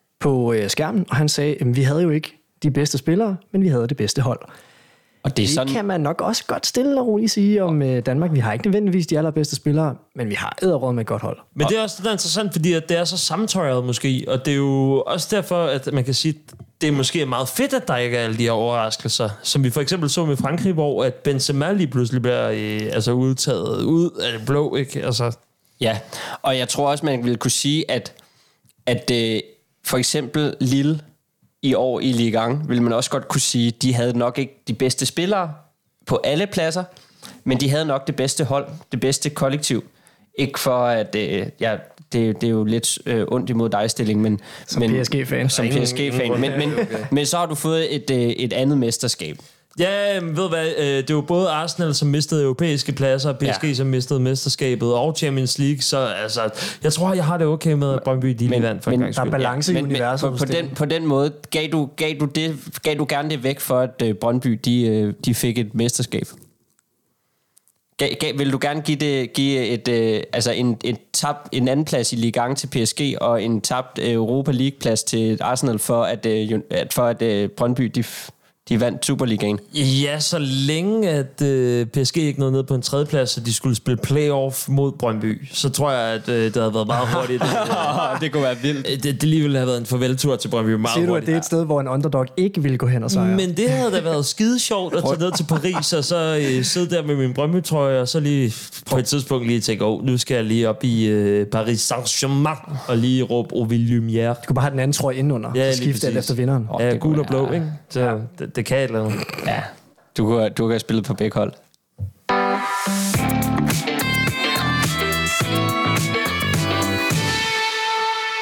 på øh, skærmen, og han sagde, at vi havde jo ikke de bedste spillere, men vi havde det bedste hold. Og det, er Det sådan, kan man nok også godt stille og roligt sige om øh, Danmark. Vi har ikke nødvendigvis de allerbedste spillere, men vi har edderråd med et godt hold. Men det er også det, der er interessant, fordi at det er så sammentøjet måske, og det er jo også derfor, at man kan sige, at det er måske meget fedt, at der ikke er alle de her overraskelser, som vi for eksempel så med Frankrig, hvor at Benzema lige pludselig bliver øh, altså udtaget ud af det blå, ikke? Altså. Ja, og jeg tror også, man vil kunne sige, at, at øh, for eksempel Lille i år i Ligue et, vil man også godt kunne sige, de havde nok ikke de bedste spillere på alle pladser, men de havde nok det bedste hold, det bedste kollektiv. Ikke for at, øh, ja, det, det er jo lidt øh, ondt imod dig, Stilling, men... Som men, P S G-fan. Som P S G-fan, men, men, men så har du fået et, øh, et andet mesterskab. Ja, ved du hvad, øh, det er jo både Arsenal, som mistede europæiske pladser, P S G, ja. som mistede mesterskabet, og Champions League, så altså, jeg tror, jeg har det okay med, at Brøndby de lige vandt for en gang der er balance ja, i men, universet. Men, på, på, den, på den måde, gav du, gav, du det, gav du gerne det væk for, at øh, Brøndby de, øh, de fik et mesterskab? Gav, gav, vil du gerne give, det, give et, øh, altså en, en, tab, en anden plads i Ligue et til P S G, og en tabt øh, Europa League-plads til Arsenal, for at, øh, for at øh, Brøndby de, de vandt Superligaen? Ja, så længe at øh, P S G ikke nåede ned på en tredjeplads, så de skulle spille playoff mod Brøndby, så tror jeg, at øh, det havde været meget hurtigt. det, øh, det kunne være vildt. Det, det lige ville have været en farveltur til Brøndby meget Siger du, hurtigt. at det er et sted, hvor en underdog ikke ville gå hen og sejre? Men det havde da været skide sjovt at tage ned til Paris, og så øh, sidde der med min Brøndby-trøje, og så lige på et tidspunkt lige tænke, åh, oh, nu skal jeg lige op i øh, Paris Saint-Germain, og lige råbe Au Lumière. Du kunne bare have den anden trøje indenunder, Ja, så skifte alt efter vinderen. Oh, ja, gul og blå, ja. Ikke? Så ja. det, det kan et eller andet. Ja, du kunne, du kunne have spillet på begge hold.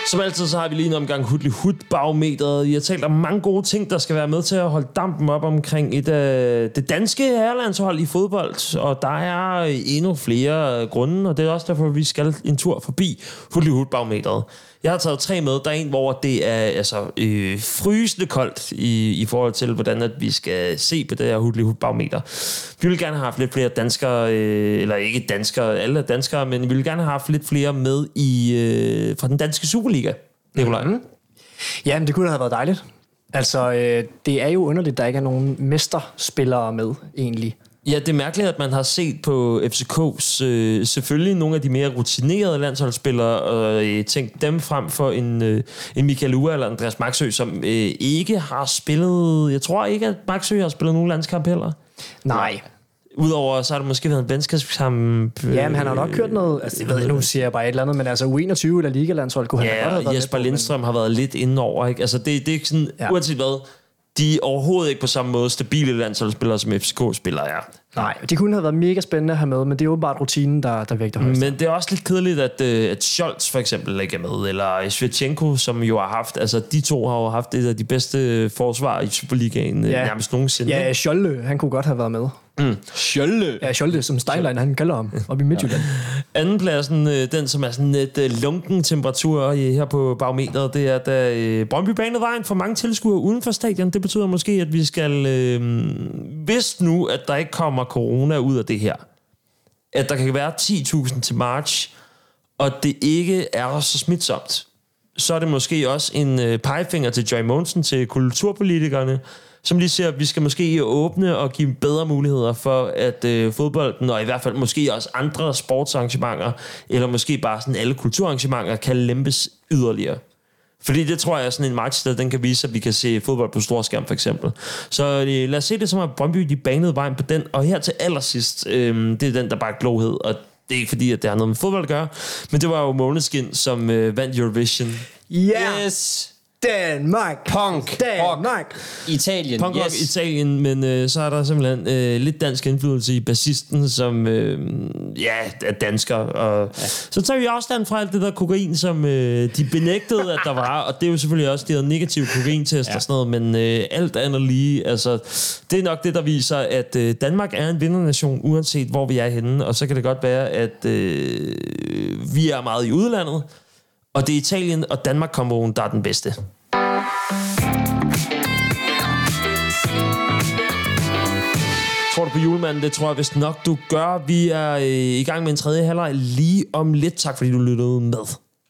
Som altid, så har vi lige en omgang Hudli Hud-barometeret. Jeg har talt om mange gode ting, der skal være med til at holde dampen op omkring et af det danske herrelandshold i fodbold. Og der er endnu flere grunde, og det er også derfor, vi skal en tur forbi Hudli Hud-barometeret. Jeg har taget tre med. Der er en, hvor det er altså, øh, frysende koldt i, i forhold til, hvordan at vi skal se på det her Hudli Hud-barometer. Vi vil gerne have haft lidt flere danskere, øh, eller ikke danskere, alle danskere, men vi vil gerne have haft lidt flere med i, øh, fra den danske Superliga. Nikolaj. Mm-hmm. Jamen, det kunne have været dejligt. Altså, øh, det er jo underligt, at der ikke er nogen mesterspillere med, egentlig. Ja, det er mærkeligt, at man har set på F C K's øh, selvfølgelig nogle af de mere rutinerede landsholdsspillere og øh, tænkt dem frem for en, øh, en Michael Ure eller Andreas Maxø, som øh, ikke har spillet... Jeg tror ikke, at Maxø har spillet nogen landskamp heller. Nej. Udover, så har det måske været en venskabskamp. Øh, ja, men han har nok kørt noget... Altså, jeg ved ikke, nu siger jeg bare et eller andet, men altså U enogtyve eller Liga-landshold kunne han ja, godt have været Jesper Lindstrøm har været lidt inde over, ikke? Altså, det, det er ikke sådan... Ja. Uanset hvad... De er overhovedet ikke på samme måde stabile landsholdsspillere, som F C K-spillere er. Nej, det kunne have været mega spændende at have med, men det er åbenbart rutinen, der, der vægter højst. Men det er også lidt kedeligt, at, at Scholz for eksempel ikke er med, eller Svirchenko, som jo har haft, altså de to har jo haft et af de bedste forsvar i Superligaen ja. nærmest nogensinde. Ja, Scholde, han kunne godt have været med. Mm. Scholde? Ja, Scholde, som Steinlein, han kalder ham, oppe i Midtjylland. Andenpladsen, den som er sådan et lunken temperatur her på barometeret, det er, da Brøndby banede vejen for mange tilskuere uden for stadion. Det betyder måske, at vi skal, øh, hvis nu, at der ikke kommer corona ud af det her, at der kan være ti tusind til march, og det ikke er så smitsomt, så er det måske også en øh, pegefinger til Joy Mogensen, til kulturpolitikerne, som lige siger, at vi skal måske åbne og give bedre muligheder for, at øh, fodbolden, og i hvert fald måske også andre sportsarrangementer, eller måske bare sådan alle kulturarrangementer, kan lempes yderligere. Fordi det tror jeg er sådan en match, der den kan vise, at vi kan se fodbold på storskærm for eksempel. Så øh, lad os se det som, at Brøndby de banede vejen på den. Og her til allersidst, øh, det er den, der bare er glovhed. Og det er ikke fordi, at det har noget med fodbold at gøre. Men det var jo Måneskin, som øh, vandt Eurovision. Yeah. Yes! Danmark! Punk! Danmark! Italien, Punk rock yes. Italien, men øh, så er der simpelthen øh, lidt dansk indflydelse i bassisten, som øh, ja, er dansker. Og ja. Så tager vi afstand fra alt det der kokain, som øh, de benægtede, at der var. Og det er jo selvfølgelig også de her negative kokaintest ja. og sådan noget, men øh, alt andet lige, altså, det er nok det, der viser, at øh, Danmark er en vindernation, uanset hvor vi er henne. Og så kan det godt være, at øh, vi er meget i udlandet, og det er Italien og Danmark-komboen, der er den bedste. Tror du på julemanden? Det tror jeg vist nok, du gør. Vi er øh, i gang med en tredje halvleg lige om lidt. Tak fordi du lyttede med.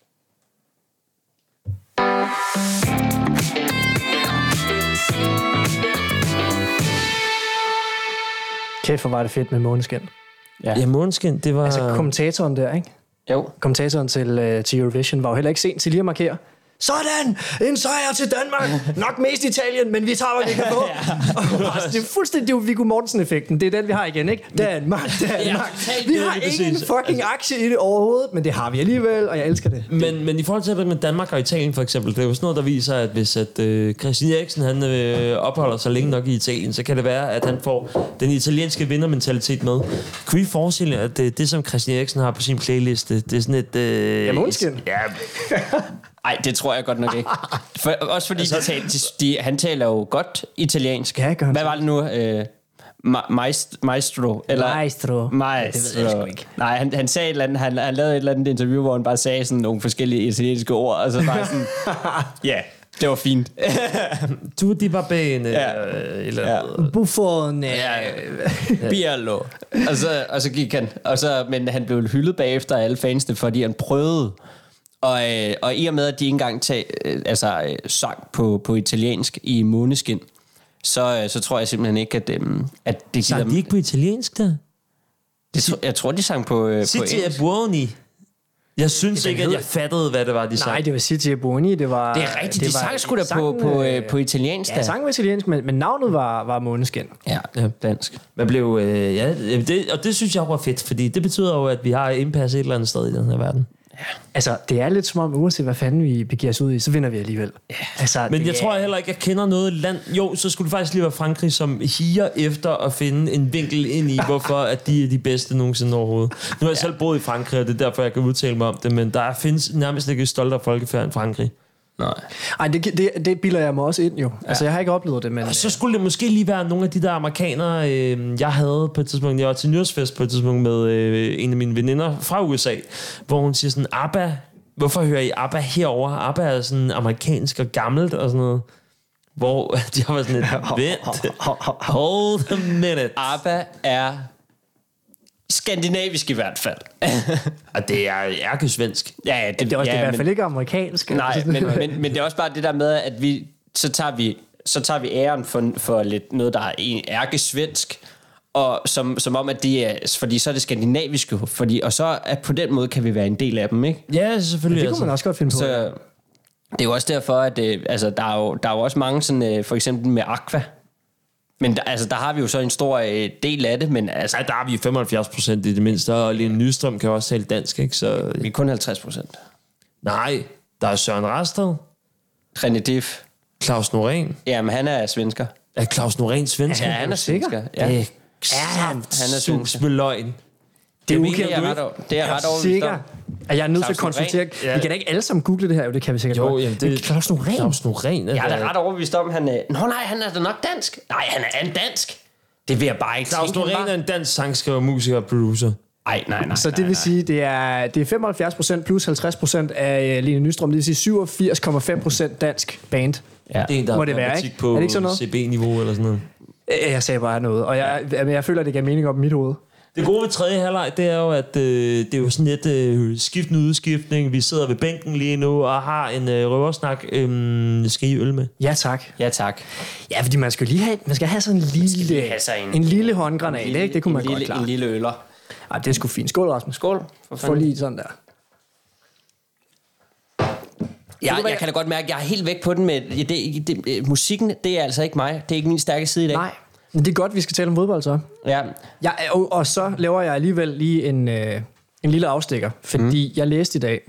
Kæft, hvor var det fedt med Måneskin. Ja, ja Måneskin, det var... Altså kommentatoren der, ikke? Jo. Kommentatoren til, uh, til Eurovision var jo heller ikke sent til lige at markere. Sådan! En sejr til Danmark! Nok mest Italien, men vi tager, hvad vi kan få. Ja. Altså, det er fuldstændig jo Viggo Mortensen-effekten. Det er den, vi har igen, ikke? Danmark, Danmark. Ja, vi har ingen fucking aktie i det overhovedet, men det har vi alligevel, og jeg elsker det. Men, men i forhold til det med Danmark og Italien for eksempel, det er jo sådan noget, der viser, at hvis at, øh, Christian Eriksen han, øh, opholder sig længe nok i Italien, så kan det være, at han får den italienske vindermentalitet med. Kunne I forestille jer, at det, det, som Christian Eriksen har på sin playliste, det er sådan et... Øh, ja, Måneskin. Ja, Nej, det tror jeg godt nok ikke. For, også fordi altså, de taler, de, de, han taler jo godt italiensk. Ja, hvad var det nu? Øh, ma- maestro, maestro? Eller, maestro. Maestro. Det ved jeg ikke. Nej, han, han sagde et eller andet, han, han lavede et eller andet interview, hvor han bare sagde sådan nogle forskellige italienske ord, og så bare sådan, ja, yeah, det var fint. Tu di va bene. Ja. Eller ja. Buffon. Ja. Bialo. Og så, og så gik han, og så, men han blev hyldet bagefter af alle fansene, fordi han prøvede. Og, øh, og i og med, at de ikke engang tag, øh, altså, øh, sang på, på italiensk i Måneskin, så, øh, så tror jeg simpelthen ikke, at, øh, at det sang de ikke på italiensk, der? Det, tro, jeg tror, de sang på, øh, City på engelsk. Buoni. Jeg synes ikke, at jeg fattede, hvad det var, de sang. Nej, det var City Buoni. Det var... Det er rigtigt, det de sang sgu da på, på, øh, på italiensk. Ja, sang på italiensk, men, men navnet var, var Måneskin. Ja, ja, dansk. Man blev, øh, ja, det, og det synes jeg var fedt, fordi det betyder jo, at vi har indpas et eller andet sted i den her verden. Altså, det er lidt som om, uanset hvad fanden vi begiver os ud i, så vinder vi alligevel. Ja. Altså, Men jeg det, tror heller ikke, jeg kender noget land. Jo, så skulle det faktisk lige være Frankrig, som higer efter at finde en vinkel ind i, hvorfor at de er de bedste nogensinde overhovedet. Nu har jeg selv boet i Frankrig, og det er derfor, jeg kan udtale mig om det, men der findes nærmest ikke stoltere folkefærd end Frankrig. Nej. Ej, det, det, det bilder jeg mig også ind jo. Ja. Altså, jeg har ikke oplevet det, men... Og så skulle det måske lige være nogle af de der amerikanere, øh, jeg havde på et tidspunkt. Jeg var til nyårsfest på et tidspunkt med øh, en af mine veninder fra U S A, hvor hun siger sådan, ABBA, hvorfor hører I ABBA herover? ABBA er sådan amerikansk og gammelt og sådan noget. Hvor de har været sådan et, vent, hold a minute. ABBA er skandinavisk i hvert fald. Og det er ærkesvensk. Ja, ja, det, det er også ja, det er i hvert fald men, ikke amerikansk. Nej, men, men, men det er også bare det der med, at vi så tager vi så tager vi æren for, for lidt noget, der er ærkesvensk, og som, som om, at det er, fordi så er det skandinavisk, fordi, og så at på den måde kan vi være en del af dem, ikke? Ja, selvfølgelig. Det kunne man også godt finde på. Så det er jo også derfor, at det, altså, der, er jo, der er jo også mange, sådan, for eksempel med Aqua. Men der, altså, der har vi jo så en stor øh, del af det, men altså... Ja, der er vi femoghalvfjerds procent i det mindste, og Lene Nystrøm kan også tale dansk, ikke? Så... Vi er kun halvtreds procent. Nej, der er Søren Rasted. René Diff. Claus Norén. Jamen, han er svensker. Er Claus Norén svensker? Ja, han er svensker. Ja. Det er Ja, han, han er svensker. med løgn. Det er, ukendt, det er ret, det er ret overbevist om. at jeg er nødt til at Claus konsultere. Norén. Ja. Vi kan da ikke alle sammen google det her, jo, det kan vi sikkert Jo, godt. jamen, det Men Claus Norén. Claus Norén. Jeg er da ret overbevist om, han er... Nå nej, han er da nok dansk. Nej, han er en dansk. Det vil jeg bare ikke Claus tænke. Norén er en dansk sangskriver, musiker og producer. Nej, nej, nej. Så det vil sige, det er, det er femoghalvfjerds procent plus halvtreds procent af Lene Nystrøm. Det vil sige syvogfirs komma fem procent dansk band. Ja. Det er en, der Må har det være, matematik ikke? på Er det ikke sådan noget? C B-niveau eller sådan noget. Jeg sagde bare noget, og jeg, jeg, jeg føler, at det gav mening op i mit hoved. Det gode ved tredje halvleg, det er jo, at øh, det er jo sådan lidt øh, skiftende udskiftning. Vi sidder ved bænken lige nu og har en øh, røversnak. Øh, skal I øl med? Ja, tak. Ja, tak. Ja, fordi man skal lige have, man skal have sådan en lille, lige have sig en- en lille håndgranat, En lille- ikke? Det kunne man en godt lille, klare. En lille øller. Ej, det er sgu fint. Skål, Rasmus. Skål. For Få fanden. lige sådan der. Jeg, jeg kan da godt mærke, at jeg er helt væk på den med... Ja, det, det, musikken, det er altså ikke mig. Det er ikke min stærke side i dag. Nej, men det er godt, vi skal tale om fodbold så. Ja. Ja, og, og så laver jeg alligevel lige en, øh, en lille afstikker, fordi mm. jeg læste i dag,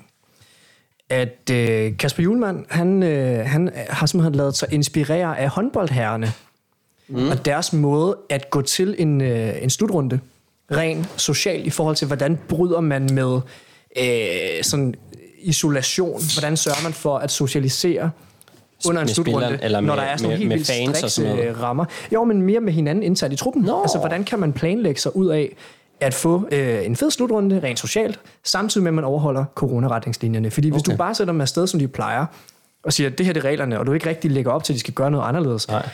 at øh, Kasper Hjulmand, han, øh, han har simpelthen lavet sig inspirere af håndboldherrerne, mm. og deres måde at gå til en, øh, en slutrunde, ren socialt, i forhold til, hvordan bryder man med øh, sådan isolation, hvordan sørger man for at socialisere under en Med slutrunde, spilleren, eller når med- der er sådan med- nogle helt med vildt fans og sådan strikse noget? rammer. Jo, men mere med hinanden internt i truppen. Nå. Altså, hvordan kan man planlægge sig ud af at få øh, en fed slutrunde, rent socialt, samtidig med, at man overholder coronaretningslinjerne. Fordi hvis Okay. du bare sætter dem afsted, som de plejer, og siger, at det her er reglerne, og du ikke rigtig lægger op til, at de skal gøre noget anderledes, Nej.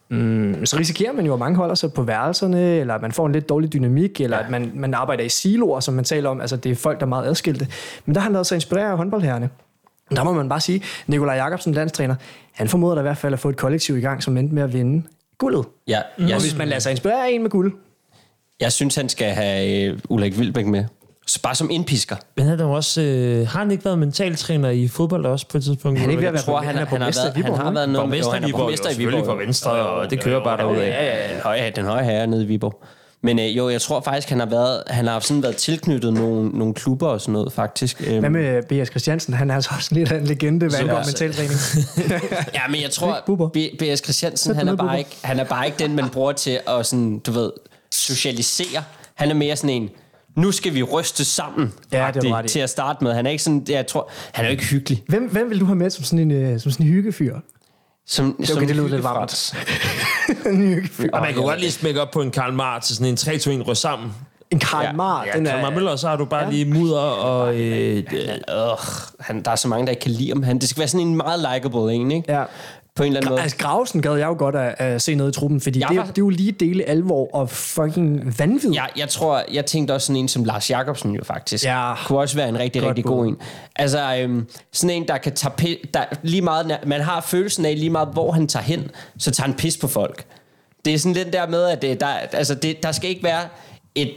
mm, så risikerer man jo, at mange holder sig på værelserne, eller at man får en lidt dårlig dynamik, eller ja. at man, man arbejder i siloer, som man taler om. Altså, det er folk, der er meget adskilte. Men der har han lavet sig inspirere af håndboldherrerne. Der må man bare sige, Nikolaj Jakobsen, landstræner, han formoder da i hvert fald at få et kollektiv i gang, som endte med at vinde guldet. Ja, Mm. jeg, Og hvis man lader sig inspirere af en med guld, jeg synes, han skal have uh, Ulrik Wilbæk med. Så bare som indpisker. Men han er jo også, øh, har han ikke været mentaltræner i fodbold også på et tidspunkt? Han er ikke ved at Jeg tror, han, han er han, har borgmester i været, han Viborg, har ikke? været noget med... Borgmester Jo, han i er Viborg, borgmester i jo, selvfølgelig Viborg. for Venstre, og det kører bare derudad. Ja, ja, den høje, den høje herre nede i Viborg. Men øh, jo, jeg tror faktisk, han har været, han har sådan været tilknyttet nogle, nogle klubber og sådan noget, faktisk. Øhm, hvad med B S Christiansen? Han er altså også lidt af en legende, hvad angår altså- mentaltræning. Ja, men jeg tror, Bubber. B- B S Christiansen, Sæt han dig er, ned, Bubber. bare ikke, han er bare ikke den, man bruger til at sådan, du ved, socialisere. Han er mere sådan en, nu skal vi ryste sammen, Ja, det er agtig, du ret i. til at starte med. Han er ikke sådan, jeg tror, han er jo ikke hyggelig. Hvem, hvem vil du have med som sådan en, øh, som sådan en hyggefyr? Som, Det, som okay, det lyder lidt hyggefrans. varmt. En hyggefyr. Og man kan godt lige smække op på en Karl Marr til sådan en tre to en rød sammen. En Karl Ja. Marr, Ja, den Karl Marr er... Møller, så har du bare lige mudder og... Øh, øh, Øh, han, der er så mange, der ikke kan lide ham. Han, det skal være sådan en meget likable en, ikke? Ja. På en eller anden måde. Altså, Gravesen gad jeg jo godt at, at se noget i truppen, fordi Jeg det, var- er- det er jo lige dele alvor og fucking vanvid. Ja, jeg tror, jeg tænkte også sådan en som Lars Jakobsen jo faktisk. Ja. Kunne også være en rigtig, Godt rigtig bud. god en. Altså, øhm, sådan en, der kan tage pi- der lige meget, nær- man har følelsen af lige meget, hvor han tager hen, så tager han pis på folk. Det er sådan den der med, at det, der, altså det, der skal ikke være et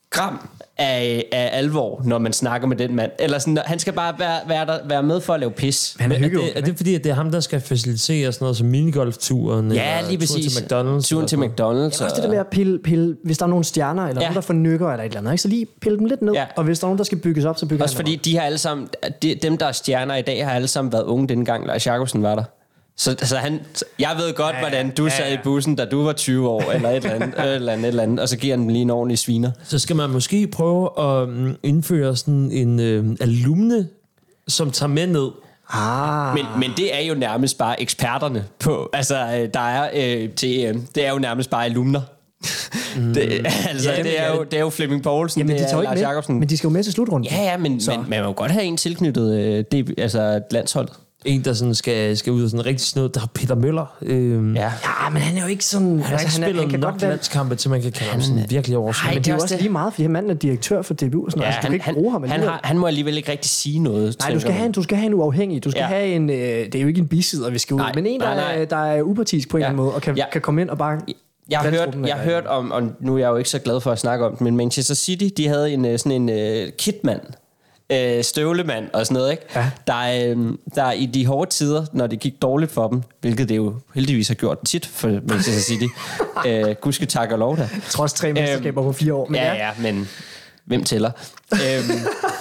gram af, af alvor, når man snakker med den mand. Eller sådan, han skal bare være, være, der, være med for at lave pis. Men er, det, er det fordi, at det er ham, der skal facilitere sådan noget som minigolfturen? Ja, lige præcis. Turen til McDonald's? Turen til McDonald's. Ja, også det der med at pille, pille, hvis der er nogle stjerner, eller ja. nogen, der får nykker, eller et eller andet, ikke? Så lige pille dem lidt ned. Ja. Og hvis der er nogen, der skal bygges op, så bygger også fordi, de har alle sammen, de, dem, der er stjerner i dag, har alle sammen været unge dengang, Lars Jacobsen var der. Så altså, han, jeg ved godt, ja, hvordan du ja, sad ja. i bussen, da du var tyve år, eller et eller andet, et eller andet, et eller andet, og så giver han lige en ordentlig sviner. Så skal man måske prøve at indføre sådan en øh, alumne, som tager med ned. Ah. Men, men det er jo nærmest bare eksperterne på, altså der er øh, til E M, det er jo nærmest bare alumner. Mm. Det, altså, ja, det, er jo, det er jo Flemming Poulsen, jamen, det de er Lars Jacobsen. Men de skal jo med til slutrunden. Ja, ja, men, men man må jo godt have en tilknyttet øh, det, altså landsholdet. En, der sådan skal, skal ud af sådan rigtig sådan noget, der har Peter Møller. Øhm, ja. ja, men han er jo ikke sådan... Han har altså, ikke spillet han, han kan nok godt være landskampe, til man kan kalde ham sådan virkelig overskud. Men det er også det. Lige meget, fordi manden er direktør for D B U. Og sådan ja, altså, du han, kan ikke han, bruge ham han, har, han må alligevel ikke rigtig sige noget. Nej, du skal, have en, du skal have en uafhængig. Du skal ja. have en... Øh, det er jo ikke en bisider, vi skal ud. Nej, men en, der, nej, nej. Er, der er upartisk på en ja. eller anden måde, og kan, ja. kan komme ind og bare... Jeg har hørt, jeg har hørt om, og nu er jeg jo ikke så glad for at snakke om det, men Manchester City, de havde en sådan en uh, kitmand, uh, støvlemand og sådan noget, ikke? Ja. Der, uh, der i de hårde tider, når det gik dårligt for dem, hvilket det jo heldigvis har gjort tit for Manchester City, uh, gudske tak og lov da. Trods tre mesterskaber um, på fire år. Men ja, ja, ja, men hvem tæller? øhm,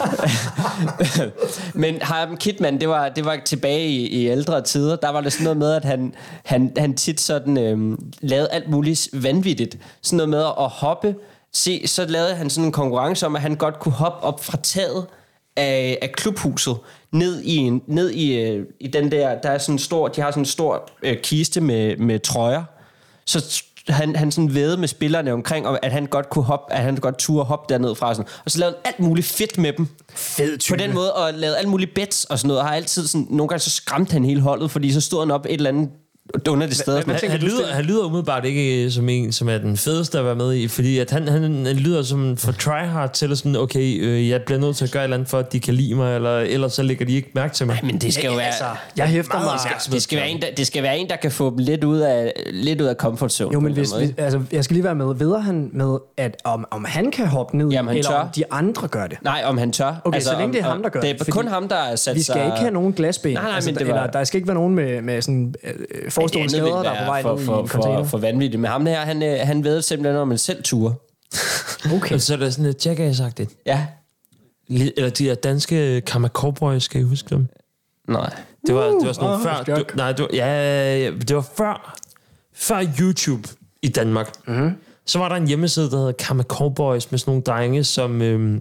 men Harm Kitman, det var, det var tilbage i, i ældre tider. Der var det sådan noget med, at han, han, han tit sådan, øhm, lavede alt muligt vanvittigt. Sådan noget med at hoppe. Se, så lavede han sådan en konkurrence om, at han godt kunne hoppe op fra taget af, af klubhuset ned i en, ned i, øh, i den der. Der er sådan en stor, de har sådan en stor øh, kiste med, med trøjer. Så han, han sådan vædede med spillerne omkring, at han godt kunne hoppe, at han godt turde hoppe derned fra sådan. Og så lavede han alt muligt fedt med dem. Fed type. På den måde, og lavede alt muligt bets og sådan noget. Og har altid sådan, nogle gange så skræmte han hele holdet, fordi så stod han op et eller andet under det sted. Han, han, lyder, han lyder umiddelbart ikke som en, som er den fedeste at være med i, fordi at han, han, han lyder som for tryhard til sådan, okay, øh, jeg bliver nødt til at gøre et eller andet for, at de kan lide mig, eller ellers så lægger de ikke mærke til mig. Nej, men det skal jo være... Altså, jeg hæfter mig... Det, det, skal være en, der, det skal være en, der kan få dem lidt ud af, lidt ud af comfort zone. Jo, men hvis, hvis, altså, jeg skal lige være med. Ved han med, at om, om han kan hoppe ned, jamen, eller tør. Om de andre gør det? Nej, om han tør. Okay, altså, så længe det er ham, der gør det. Det er kun ham, der er sat sig... Vi skal ikke have nogen glasben. Nej, nej, altså, men det var... Eller der skal ikke være nogen med, med sådan øh, forestående skader, der er på vej for, ned for, i en container. For, for vanvittigt. Men ham her, han, han ved simpelthen, om en selv ture. Okay. Så er der sådan et jackass-agtigt. Ja. Eller de der danske Karma Cowboys, skal I huske dem? Nej. Det var, det var sådan noget uh, før... Du, nej, du, ja, det var før, før YouTube i Danmark. Mm-hmm. Så var der en hjemmeside, der hedder Karma Cowboys, med sådan nogle drenge, som... Øhm,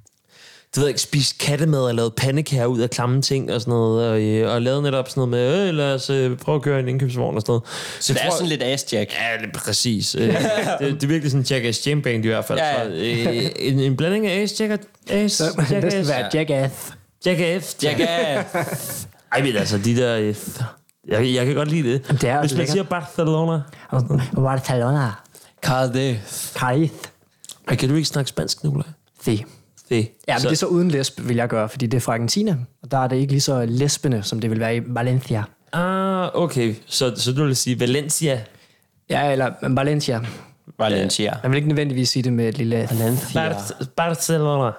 du ved ikke, spiste kattemad og lavede pandekager ud af klamme ting og sådan noget, og, og lavede netop sådan noget med, øh, lad os øh, prøve at køre en indkøbsvogn og sådan noget. Så det er sådan lidt ass-jack. Ja, det er præcis. det, det er virkelig sådan en Jackass Jam-band i hvert fald. Ja, ja. Så, øh, en, en blanding af ass-jack og ass Så det skal være Jackass. Jackass. Jackass. Ej, men altså, de der... Øh, jeg, jeg kan godt lide det. Det er Hvis man lækker. Siger Barcelona. Barcelona. Cardiff. Cardiff. Kan du ikke snakke spansk, Nicolaj? Det. Det. Ja, men så. Det er så uden lesb, vil jeg gøre, fordi det er fra Argentina, og der er det ikke lige så lesbende, som det vil være i Valencia. Ah, okay. Så, så du vil sige Valencia? Ja, eller Valencia. Valencia. Jeg vil ikke nødvendigvis sige det med et lille... Valencia. Bar- Barcelona.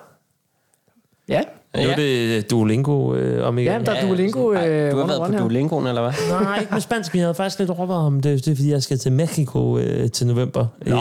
Ja. Nu er det Duolingo øh, om igen. Ja, der er Duolingo. Ja, øh, du har været på Duolingoen, eller hvad? Nej, ikke med spansk, men jeg havde faktisk lidt overvejet om det. Det er, fordi jeg skal til Mexico øh, til november. Øh,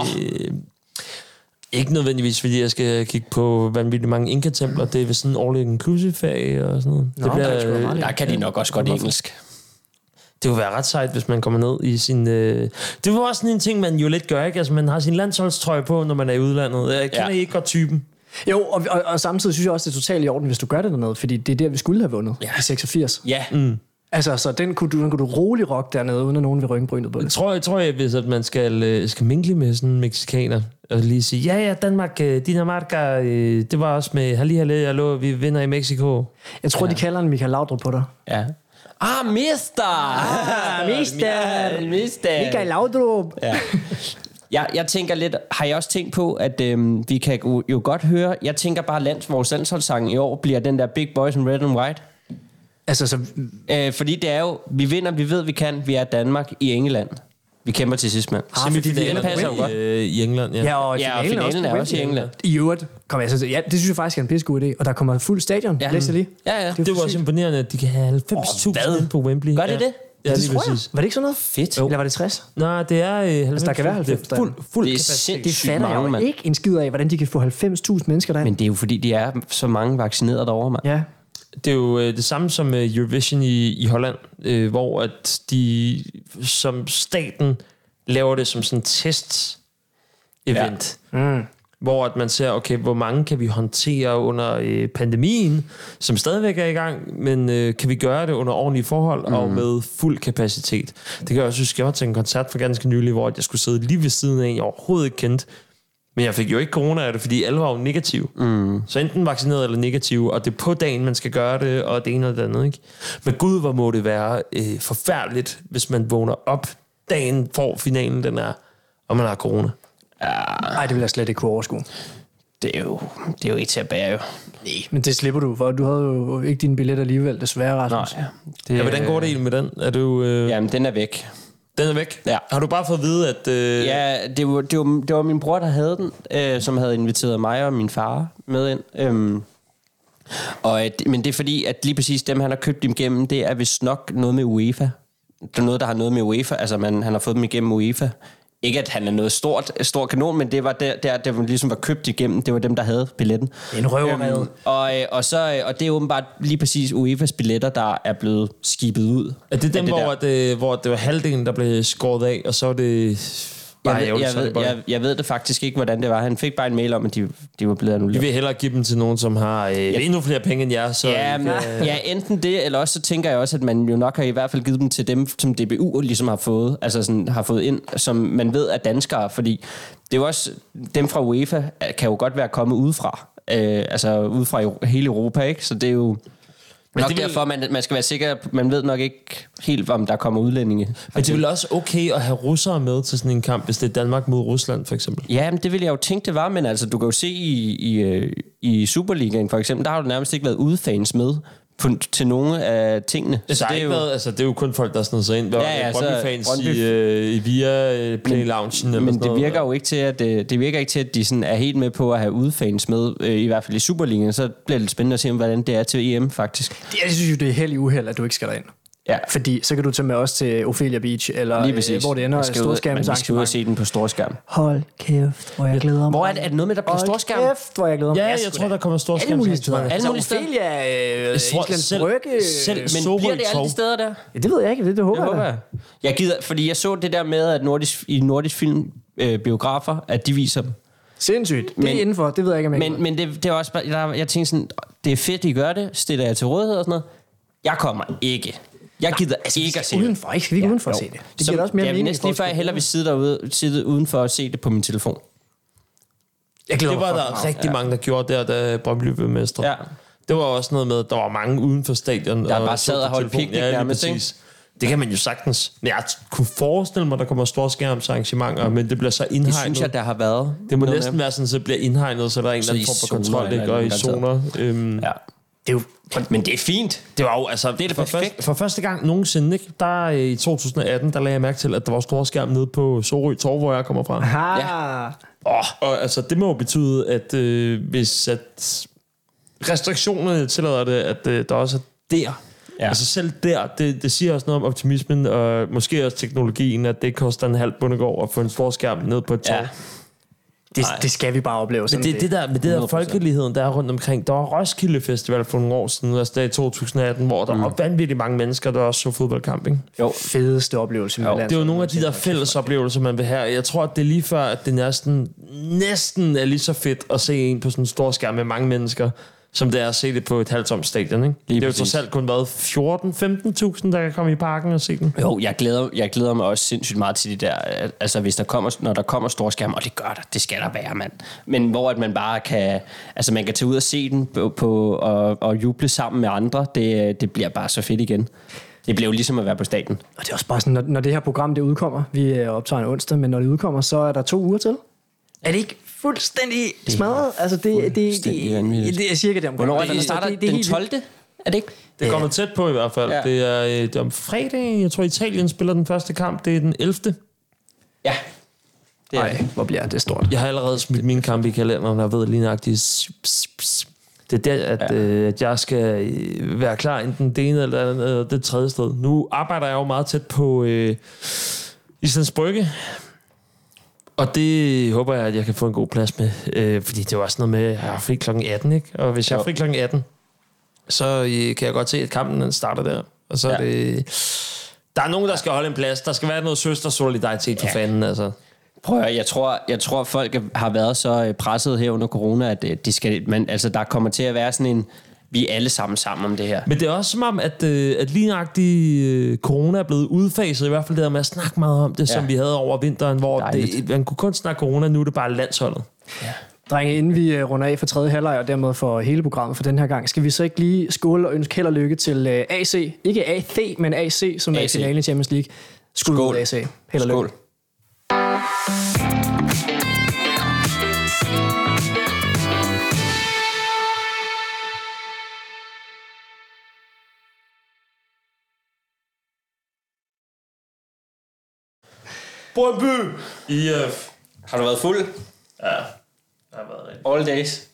ikke nødvendigvis, fordi jeg skal kigge på vanvittigt mange Inka-templer. Det er ved sådan en all-inclusive-fag og sådan noget. Nå, det bliver, der, øh, der kan de nok også godt engelsk. Det kunne være ret sejt, hvis man kommer ned i sin... Øh... Det var også sådan en ting, man jo lidt gør, ikke? Altså, man har sin landsholdstrøje på, når man er i udlandet. Jeg kender ja. ikke godt typen. Jo, og, og, og samtidig synes jeg også, det er totalt i orden, hvis du gør det dernede, fordi det er der, vi skulle have vundet ja. i seksogfirs. Ja. Mm. Altså, så den kunne, du, den kunne du rolig rock dernede, uden at nogen vil rynke brynet på det. Jeg tror, jeg, tror jeg, hvis at man skal, skal mingle med sådan en mexikaner, og lige sige, ja, ja, Danmark, Dinamarca, det var også med halli, halli, hallo, vi vinder i Mexico. Jeg tror, ja. de kalder en Michael Laudrup på dig. Ja. Ah, mister! Ah, mister! Mister! Michael Laudrup! Ja. Jeg, jeg tænker lidt, har jeg også tænkt på, at øhm, vi kan jo, jo godt høre, jeg tænker bare, at lands, vores landsholdssang i år bliver den der Big Boys in Red and White. Altså, så... Øh, fordi det er jo, vi vinder, vi ved, vi kan, vi er Danmark i England. Vi kæmper til sidst, mand. Ah, fordi vi ender passer jo godt. Øh, i England, ja. Ja, og Ja, og finalen, finalen er også i Wembley. England. I øvrigt, kom jeg så ja, det synes jeg faktisk er en pissegod idé. Og der kommer fuld stadion, Ja. ja. læste lige. Ja, ja. Det er Det var også imponerende, at de kan have halvfems tusind Åh, hvad? på Wembley. Gør det ja. det? Ja, det lige tror jeg. præcis. Var det ikke sådan noget? Fedt. Eller var det tres? Nej, det er øh, halvfems. Altså, der kan være halvfems Det er fuld, fuld Det er kapacitet. Det sindssygt fatter jeg mange, jo mand. ikke en skid af, hvordan de kan få halvfems tusind mennesker derind. Men det er jo fordi, de er så mange vaccineret derovre, mand. Ja, Det er jo øh, det samme som øh, Eurovision i, i Holland, øh, hvor at de som staten laver det som sådan en test-event. Ja. Mm. Hvor at man ser, okay, hvor mange kan vi håndtere under øh, pandemien, som stadigvæk er i gang, men øh, kan vi gøre det under ordentlige forhold mm. og med fuld kapacitet. Det kan jeg også huske, jeg var til en koncert for ganske nylig, hvor jeg skulle sidde lige ved siden af en, jeg overhovedet ikke kendte. Men jeg fik jo ikke corona af det, fordi alle var jo negative. Mm. Så enten vaccineret eller negative, og det er på dagen, man skal gøre det, og det ene og det andet. Ikke? Men gud, hvor må det være øh, forfærdeligt, hvis man vågner op dagen for finalen, den er, og man har corona. Nej, det vil jeg slet ikke kunne overskue. Det er jo, det er jo ikke til at bære, jo. Nej, men det slipper du, for du havde jo ikke dine billetter alligevel, desværre, Rasmus. Nej. Det, Ja, hvordan går det egentlig med den? Er du, øh, Jamen, den er væk. den er væk? Ja. Har du bare fået at vide, at... Øh, Ja, det var, det, var, det var min bror, der havde den, øh, som havde inviteret mig og min far med ind. Øhm, og, at, men det er fordi, at lige præcis dem, han har købt dem igennem, det er vist nok noget med UEFA. Det er noget, der har noget med UEFA. Altså, man, han har fået dem igennem UEFA. Ikke, at han er noget stort, stor kanon, men det var der, der, der ligesom var købt igennem. Det var dem, der havde billetten. En røvermad. Øhm, og, øh, og, så, og det er åbenbart lige præcis UEFA's billetter, der er blevet skibet ud. Er det dem, det hvor, der. det, hvor det var halvdelen, der blev skåret af, og så er det... Jeg bare ved, ærgerligt, jeg, så er det ved, bare- jeg, jeg ved det faktisk ikke, hvordan det var. Han fik bare en mail om, at de, de var blevet Vi annulleret. vil hellere give dem til nogen, som har øh, ja. endnu flere penge end jer. Så Ja, I men, kan- ja, enten det, eller også så tænker jeg også, at man jo nok har i hvert fald givet dem til dem, som D B U ligesom har fået, altså sådan, har fået ind, som man ved er danskere, fordi det er jo også, dem fra UEFA kan jo godt være kommet udefra, øh, altså ude fra hele Europa, ikke? Så det er jo nok det vil- derfor, man, man skal være sikker, man ved nok ikke helt, om der kommer udlændinge. Men det er vel også okay at have russere med til sådan en kamp, hvis det er Danmark mod Rusland, for eksempel? Ja, men det ville jeg jo tænke, det var, men altså, du kan jo se i, i, øh, i Superligaen for eksempel, der har du nærmest ikke været udefans med på, til nogle af tingene. Så det, er ikke jo, været, altså, det er jo kun folk, der sådan sig ind. Ja, ja, så Brøndby-fans Brøndby- i, øh, i via øh, Play Loungen. eller men sådan det noget. virker jo ikke til, at øh, det virker ikke til, at de sådan er helt med på at have udefans med, øh, i hvert fald i Superligaen. Så bliver det lidt spændende at se, hvordan det er til E M faktisk. Det, jeg synes jo, det er helt uheld, at du ikke skal derind. Ja, Fordi så kan du tage med os til Ophelia Beach, eller lige øh, præcis. hvor det ender, Man skal ud- man- storskærmens Vi skal ud og arrangement. se den på storskærm. Hold kæft, hvor jeg glæder mig. Hvor er det? Er det noget med, der bliver Hold storskærm? kæft, hvor jeg glæder mig. Ja, jeg sgu tror, da- der kommer stor Alle mulige steder. Alle Altså, mulige steder. Ophelia, øh, tror Islands selv- Brygge. selv- øh, Men Sorø bliver det alle Torv. de steder der? Ja, det ved jeg ikke, det, det håber Det jeg, håber da. jeg. Jeg gider, fordi jeg så det der med, at nordisk, i nordisk film øh, biografer, at de viser dem. Sindssygt. Det Men- er indenfor, det ved jeg ikke, om jeg Men, men det, det er også bare, der, jeg tænkte sådan, det er fedt, I gør det, stiller jeg til rådighed og sådan noget. Jeg kommer ikke. Jeg gider altså, ikke at se det. udenfor, ikke? Skal vi ikke udenfor se det? Det giver da også mere jeg vil mening. næsten lige før, jeg hellere vil sidde derude, sidde udenfor og se det på min telefon. Jeg glæder Det mig var fucking der meget. rigtig mange, der gjorde der, da Brøndby blev mestre. Ja. Det var også noget med, at der var mange uden for stadion. Der og bare så sad på og holdt telefon. piknik Ja, lige nærmest, ikke? præcis. Det kan man jo sagtens. Men jeg kunne forestille mig, at der kommer storskærmsarrangementer, men det bliver så indhegnet. Det synes jeg, der har været. det må noget næsten med. være sådan, så det bliver indhegnet, så der er en Så eller anden i form for zoner kontrol, eller ikke? Og i noget zoner. Øhm, Ja. Det er jo Men det er fint. Det var jo, altså, Det er det for, perfekt. første, for første gang nogensinde, ikke? Der øh, i to tusind atten, der lagde jeg mærke til, at der var stor skærm nede på Sorø Torv, hvor jeg kommer fra. ha. Oh, og altså, det må jo betyde, at øh, hvis at restriktionerne tillader det, at øh, der også er der. Ja. Altså selv der, det, det siger også noget om optimismen, og måske også teknologien, at det koster en halv bundegård at få en stor skærm ned på et torv. Ja. Det, det skal vi bare opleve. Men Sådan det, det der med det der hundrede procent. folkeligheden, der er rundt omkring. Der var Roskilde Festival for nogle år siden, altså der i to tusind atten, hvor der mm. var vanvittigt mange mennesker, der også så fodboldkamp, ikke? Jo. fedeste oplevelse med Jo, landsholdet. Det er jo nogle af de der fælles oplevelser, man vil have. Jeg tror, at det er lige før, at det næsten, næsten er lige så fedt at se en på sådan en stor skærm med mange mennesker, som det er at se det på et halvtomt stadion, ikke? Lige det er jo præcis. trods alt kun været fjorten til femten tusind, der kan komme i parken og se den. Jo, jeg glæder, jeg glæder mig også sindssygt meget til de der, altså hvis der kommer, når der kommer storskærm, og det gør der, det skal der være, mand. Men hvor at man bare kan, altså man kan tage ud og se den på, på og, og juble sammen med andre, det, det bliver bare så fedt igen. Det bliver jo ligesom at være på stadion. Og det er også bare sådan, når, når det her program det udkommer, vi er optaget en onsdag, men når det udkommer, så er der to uger til. Er det ikke fuldstændig smadret? Altså det, det, det, fuldstændig det, vanvittigt. det er cirka det omkring. Hvornår er det, der starter? Det, det er Den helt vildt. tolvte Er det ikke? Det er kommet tæt på i hvert fald. Ja. Ja. Det, er, øh, det er om fredag, jeg tror Italien spiller den første kamp, det er den ellevte Ja. Det er Ej, hvor bliver det stort. Jeg har allerede smidt mine kampe i kalenderen, og jeg ved lige nøjagtigt. Det er der, at, ja. øh, at jeg skal være klar enten det ene eller det, eller det tredje sted. Nu arbejder jeg jo meget tæt på øh, Islands Brygge, og det håber jeg, at jeg kan få en god plads med. Øh, fordi det er jo også noget med, at jeg har fri klokken atten, ikke? Og hvis jeg har fri klokken atten, så øh, kan jeg godt se, at kampen starter der. Og så ja. er det... Der er nogen, der skal holde en plads. Der skal være noget søstersolidaritet for ja. fanden, altså. Prøv at, jeg tror, jeg tror, folk har været så presset her under corona, at de skal, men altså, der kommer til at være sådan en, vi er alle sammen sammen om det her. Men det er også som om, at, at lige nøjagtigt corona er blevet udfaset, i hvert fald det der med at snakke meget om det, ja. som vi havde over vinteren, hvor det, man kunne kun snakke corona, nu er det bare landsholdet. Ja. Drenge, inden vi runder af for tredje halvleg, og dermed for hele programmet for den her gang, skal vi så ikke lige skåle og ønske held og lykke til A C. Ikke A C, men A C, som er i finalen i Champions League. Skål, Skål. A C. Held og lykke. Skål. Brøndby! I F. Har du været fuld? Ja, det har været rigtigt. All days.